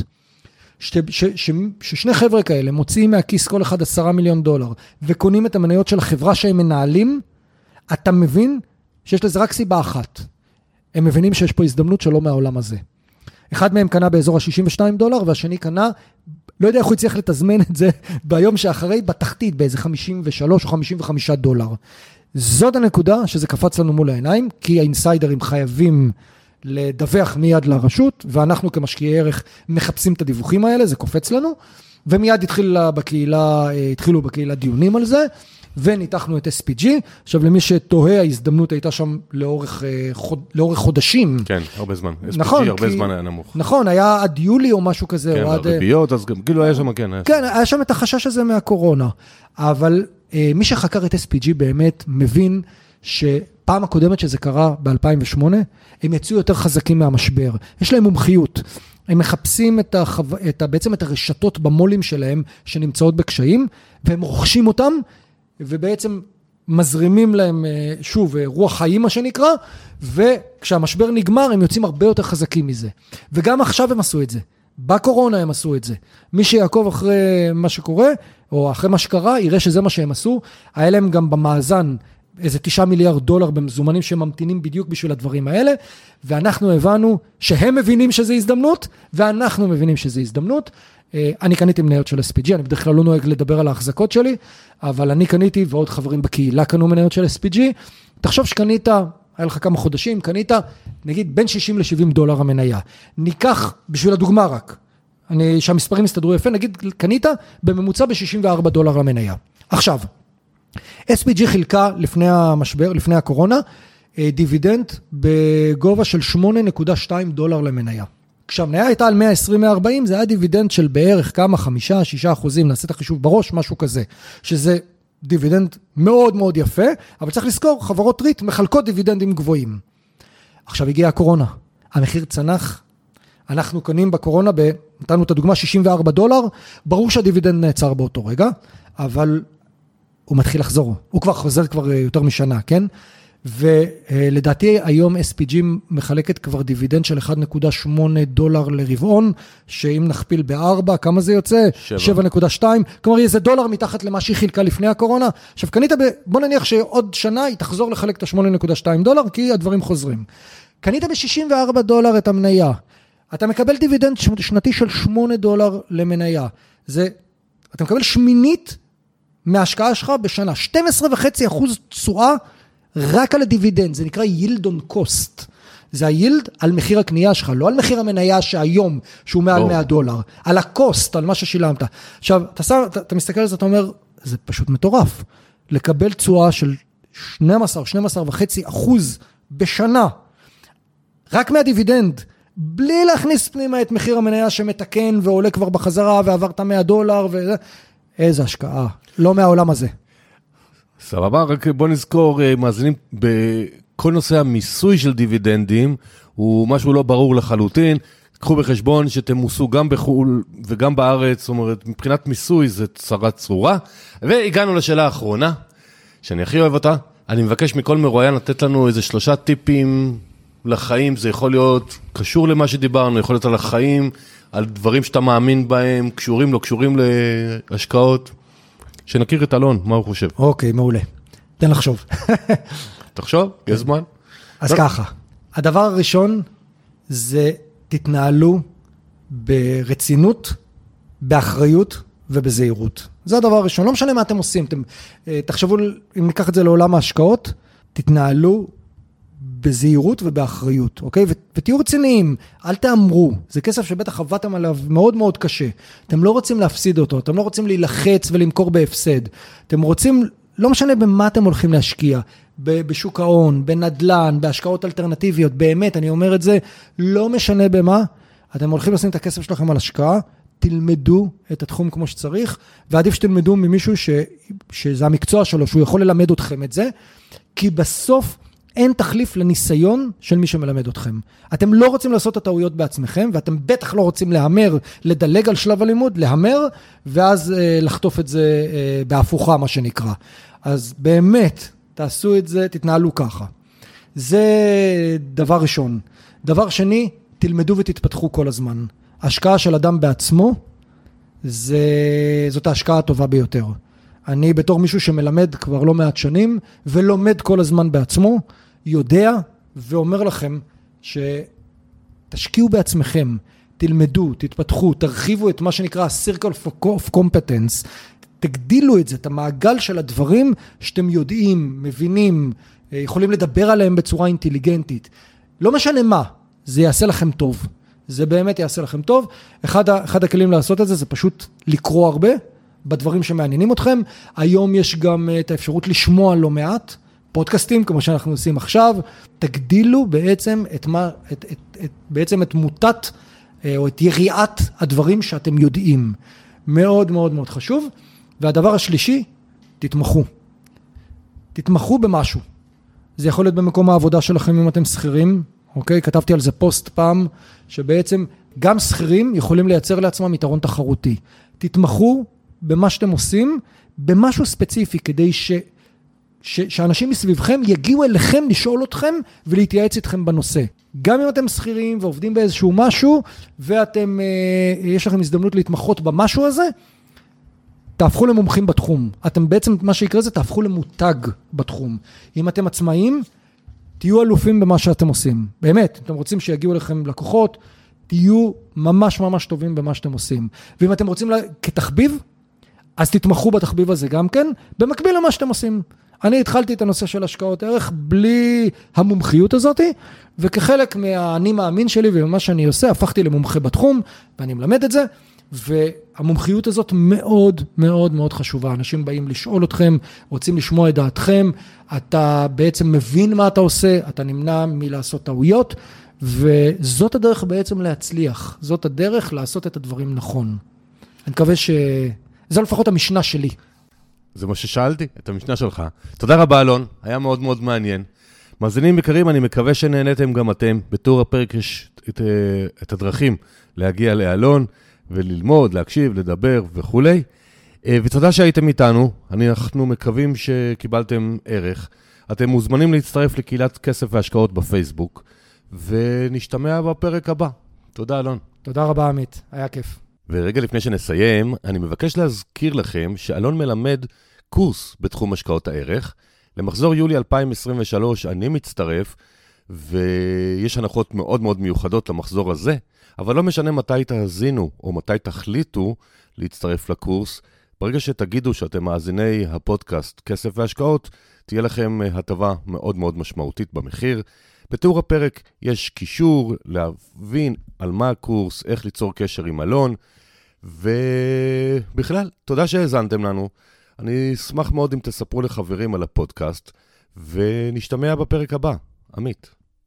ששני חבר'ה כאלה מוציאים מהכיס כל אחד 10 מיליון דולר, וקונים את המניות של החברה שהם מנהלים, אתה מבין שיש לזה רק סיבה אחת. הם מבינים שיש פה הזדמנות שלא מהעולם הזה. אחד מהם קנה באזור ה-62 דולר, והשני קנה, לא יודע איך הוא יצליח לתזמן את זה, ביום שאחרי בתחתית, באיזה 53 או 55 דולר. זאת הנקודה שזה קפץ לנו מול העיניים, כי האינסיידרים חייבים לדווח מיד לרשות, ואנחנו כמשקיעי ערך מחפשים את הדיווחים האלה, זה קופץ לנו, ומיד התחילו בקהילה דיונים על זה, וניתחנו את SPG. עכשיו למי שתוהה, ההזדמנות הייתה שם לאורך חודשים. כן, הרבה זמן. נכון, SPG הרבה זמן היה נמוך. נכון, היה עד יולי או משהו כזה. כן, הריביות, אז גם, כאילו היה שם, כן. כן, היה שם את החשש הזה מהקורונה, אבל מי שחקר את SPG באמת מבין שפעם הקודמת שזה קרה ב-2008, הם יצאו יותר חזקים מהמשבר. יש להם מומחיות. הם מחפשים בעצם את הרשתות במולים שלהם שנמצאות בקשיים, והם רוכשים אותם, ובעצם מזרימים להם, שוב, רוח חיים מה שנקרא, וכשהמשבר נגמר, הם יוצאים הרבה יותר חזקים מזה. וגם עכשיו הם עשו את זה. בקורונה הם עשו את זה. מי שיעקוב אחרי מה שקורה, או אחרי מה שקרה, יראה שזה מה שהם עשו. היה להם גם במאזן איזה 9 מיליארד דולר במזומנים שממתינים בדיוק בשביל הדברים האלה, ואנחנו הבנו שהם מבינים שזה הזדמנות, ואנחנו מבינים שזה הזדמנות. אני קניתי מניות של SPG, אני בדרך כלל לא נוהג לדבר על ההחזקות שלי, אבל אני קניתי ועוד חברים בקהילה קנו מניות של SPG. תחשוב שקנית, היה לך כמה חודשים, קנית נגיד בין 60 ל-70 דולר המניה. ניקח בשביל הדוגמה רק, שהמספרים יסתדרו יפה, נגיד קנית בממוצע ב-64 דולר למניה. עכשיו, SPG חילקה לפני המשבר, לפני הקורונה, דיבידנד בגובה של 8.2 דולר למניה. כשהמניה הייתה על 120-140, זה היה דיבידנד של בערך כמה 5-6%, נעשה את החישוב בראש, משהו כזה, שזה דיבידנד מאוד מאוד יפה, אבל צריך לזכור, חברות ריט מחלקות דיבידנדים גבוהים. עכשיו הגיעה הקורונה, המחיר צנח, אנחנו קונים בקורונה, נתנו את הדוגמה 64 דולר, ברור שהדיבידנד נעצר באותו רגע, אבל הוא מתחיל לחזור, הוא כבר חוזר כבר יותר משנה, כן? ולדעתי היום SPG מחלקת כבר דיבידנד של 1.8 דולר לרבעון, שאם נכפיל ב4, כמה זה יוצא? 7.2, כלומר איזה דולר מתחת למה שהיא חילקה לפני הקורונה. עכשיו קנית, בוא נניח שעוד שנה היא תחזור לחלק את ה-8.2 דולר, כי הדברים חוזרים. קנית ב-64 דולר את המניה, אתה מקבל דיבידנד שנתי של 8 דולר למניה. אתה מקבל שמינית מההשקעה שלך בשנה, 12.5% תשואה רק על הדיבידנד, זה נקרא yield on cost. זה היילד על מחיר הקנייה שלך, לא על מחיר המניה שהיום, שהוא מעל 100 דולר, על הקוסט, על מה ששילמת. עכשיו, אתה מסתכל על זה, אתה אומר, זה פשוט מטורף. לקבל תשואה של 12.5% בשנה, רק מהדיבידנד, בלי להכניס פנימה את מחיר המניה שמתקן ועולה כבר בחזרה ועברת 100 דולר, איזה השקעה, לא מהעולם הזה. סבבה, רק בוא נזכור, מאזינים, בכל נושא המיסוי של דיבידנדים, הוא משהו לא ברור לחלוטין, קחו בחשבון שתמוסו גם בחול וגם בארץ, זאת אומרת, מבחינת מיסוי זה צרה צרורה, והגענו לשאלה האחרונה, שאני הכי אוהב אותה, אני מבקש מכל מרואיין לתת לנו איזה 3 טיפים לחיים, זה יכול להיות קשור למה שדיברנו, יכול להיות על החיים, על דברים שאתה מאמין בהם, קשורים, לא קשורים להשקעות, שנכיר את אלון, מה הוא חושב? אוקיי, מעולה. תן לחשוב. תחשוב, יש זמן. אז ככה, הדבר הראשון זה תתנהלו ברצינות, באחריות ובזהירות. זה הדבר הראשון. לא משנה מה אתם עושים. תחשבו, אם ניקח את זה לעולם ההשקעות, תתנהלו בזהירות ובאחריות, אוקיי? ותהיו רציניים, אל תאמרו, זה כסף שבטח עבדתם עליו מאוד מאוד קשה, אתם לא רוצים להפסיד אותו, אתם לא רוצים להילחץ ולמכור בהפסד, אתם רוצים, לא משנה במה אתם הולכים להשקיע, בשוק ההון, בנדלן, בהשקעות אלטרנטיביות, באמת, אני אומר את זה, לא משנה במה, אתם הולכים לשים את הכסף שלכם על השקעה, תלמדו את התחום כמו שצריך, ועדיף שתלמדו ממישהו שזה המקצוע שלו, שהוא יכול ללמד אתכם את זה, כי בסוף אין תחליף לניסיון של מי שמלמד אתכם. אתם לא רוצים לעשות את הטעויות בעצמכם, ואתם בטח לא רוצים להמר, לדלג על שלב הלימוד, להמר, ואז לחטוף את זה בהפוכה, מה שנקרא. אז באמת, תעשו את זה, תתנהלו ככה. זה דבר ראשון. דבר שני, תלמדו ותתפתחו כל הזמן. השקעה של אדם בעצמו, זאת ההשקעה הטובה ביותר. אני בתור מישהו שמלמד כבר לא מעט שנים, ולומד כל הזמן בעצמו, יודע ואומר לכם שתשקיעו בעצמכם, תלמדו, תתפתחו, תרחיבו את מה שנקרא Circle of Competence, תגדילו את זה, את המעגל של הדברים שאתם יודעים, מבינים, יכולים לדבר עליהם בצורה אינטליגנטית. לא משנה מה, זה יעשה לכם טוב. זה באמת יעשה לכם טוב. אחד הכלים לעשות את זה, זה פשוט לקרוא הרבה, בדברים שמעניינים אתכם. היום יש גם את האפשרות לשמוע לא מעט, פודקאסטים כמו שאנחנו עושים עכשיו, תגדילו בעצם את מוטת או את יריעת הדברים שאתם יודעים. מאוד מאוד מאוד חשוב. והדבר השלישי, תתמכו. תתמכו במשהו. זה יכול להיות במקום העבודה שלכם אם אתם שכירים, אוקיי? כתבתי על זה פוסט פעם, שבעצם גם שכירים יכולים לייצר לעצמם יתרון תחרותי. תתמכו במה שאתם עושים, במשהו ספציפי, כדי שאנשים מסביבכם יגיעו אליכם לשאול אתכם ולהתייעץ איתכם בנושא. גם אם אתם שכירים ועובדים באיזשהו משהו, יש לכם הזדמנות להתמחות במשהו הזה, תהפכו למומחים בתחום. אתם בעצם, מה שיקרה זה תהפכו למותג בתחום. אם אתם עצמאים, תהיו אלופים במה שאתם עושים. באמת, אתם רוצים שיגיעו לכם לקוחות, תהיו ממש ממש טובים במה שאתם עושים. ואם אתם רוצים כתחביב, אז תתמכו בתחביב הזה גם כן, במקביל למה שאתם עושים. אני התחלתי את הנושא של השקעות ערך בלי המומחיות הזאת, וכחלק מהאני מאמין שלי ומה שאני עושה, הפכתי למומחה בתחום, ואני מלמד את זה, והמומחיות הזאת מאוד מאוד מאוד חשובה. אנשים באים לשאול אתכם, רוצים לשמוע את דעתכם, אתה בעצם מבין מה אתה עושה, אתה נמנע מלעשות טעויות, וזאת הדרך בעצם להצליח, זאת הדרך לעשות את הדברים נכון. אני מקווה זה לפחות המשנה שלי. זה מה ששאלתי, את המשנה שלך. תודה רבה אלון, היה מאוד מאוד מעניין. מאזינים יקרים, אני מקווה שנהנתם גם אתם. בתור הפרק יש את הדרכים להגיע לאלון וללמוד, להקשיב, לדבר וכו'. ותודה שהייתם איתנו, אנחנו מקווים שקיבלתם ערך. אתם מוזמנים להצטרף לקהילת כסף והשקעות בפייסבוק, ונשתמע בפרק הבא. תודה אלון. תודה רבה עמית, היה כיף. ורגע לפני שנסיים, אני מבקש להזכיר לכם שאלון מלמד קורס בתחום השקעות הערך. למחזור יולי 2023 אני מצטרף, ויש הנחות מאוד מאוד מיוחדות למחזור הזה, אבל לא משנה מתי תאזינו או מתי תחליטו להצטרף לקורס. ברגע שתגידו שאתם מאזיני הפודקאסט כסף והשקעות, תהיה לכם הטבה מאוד מאוד משמעותית במחיר. בתיאור הפרק יש קישור להבין על מה הקורס, איך ליצור קשר עם אלון, ובכלל, תודה שהאזנתם לנו. אני אשמח מאוד אם תספרו לחברים על הפודקאסט, ונשתמע בפרק הבא. עמית.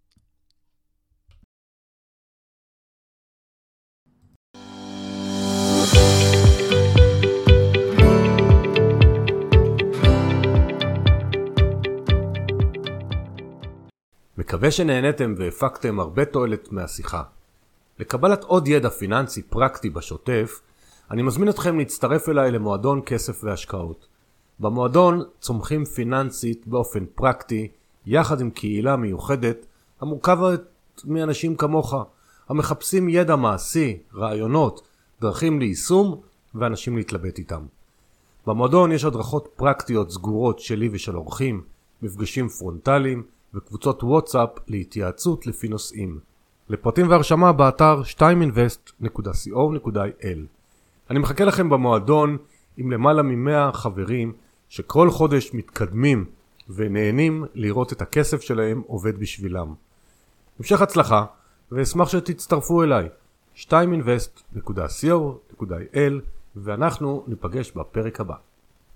מקווה שנהנתם והפקתם הרבה תועלת מהשיחה. לקבלת עוד ידע פיננסי פרקטי בשוטף, אני מזמין אתכם להצטרף אליי למועדון כסף והשקעות. במועדון צומחים פיננסית באופן פרקטי, יחד עם קהילה מיוחדת המורכבת מאנשים כמוך, המחפשים ידע מעשי, רעיונות, דרכים ליישום ואנשים להתלבט איתם. במועדון יש הדרכות פרקטיות סגורות שלי ושל אורחים, מפגשים פרונטליים וקבוצות וואטסאפ להתייעצות לפי נושאים. לפרטים והרשמה באתר 2invest.co.il. אני מחכה לכם במועדון עם למעלה מ100 חברים שכל חודש מתקדמים ונהנים לראות את הכסף שלהם עובד בשבילם. המשך הצלחה ואשמח שתצטרפו אליי 2invest.co.il ואנחנו ניפגש בפרק הבא.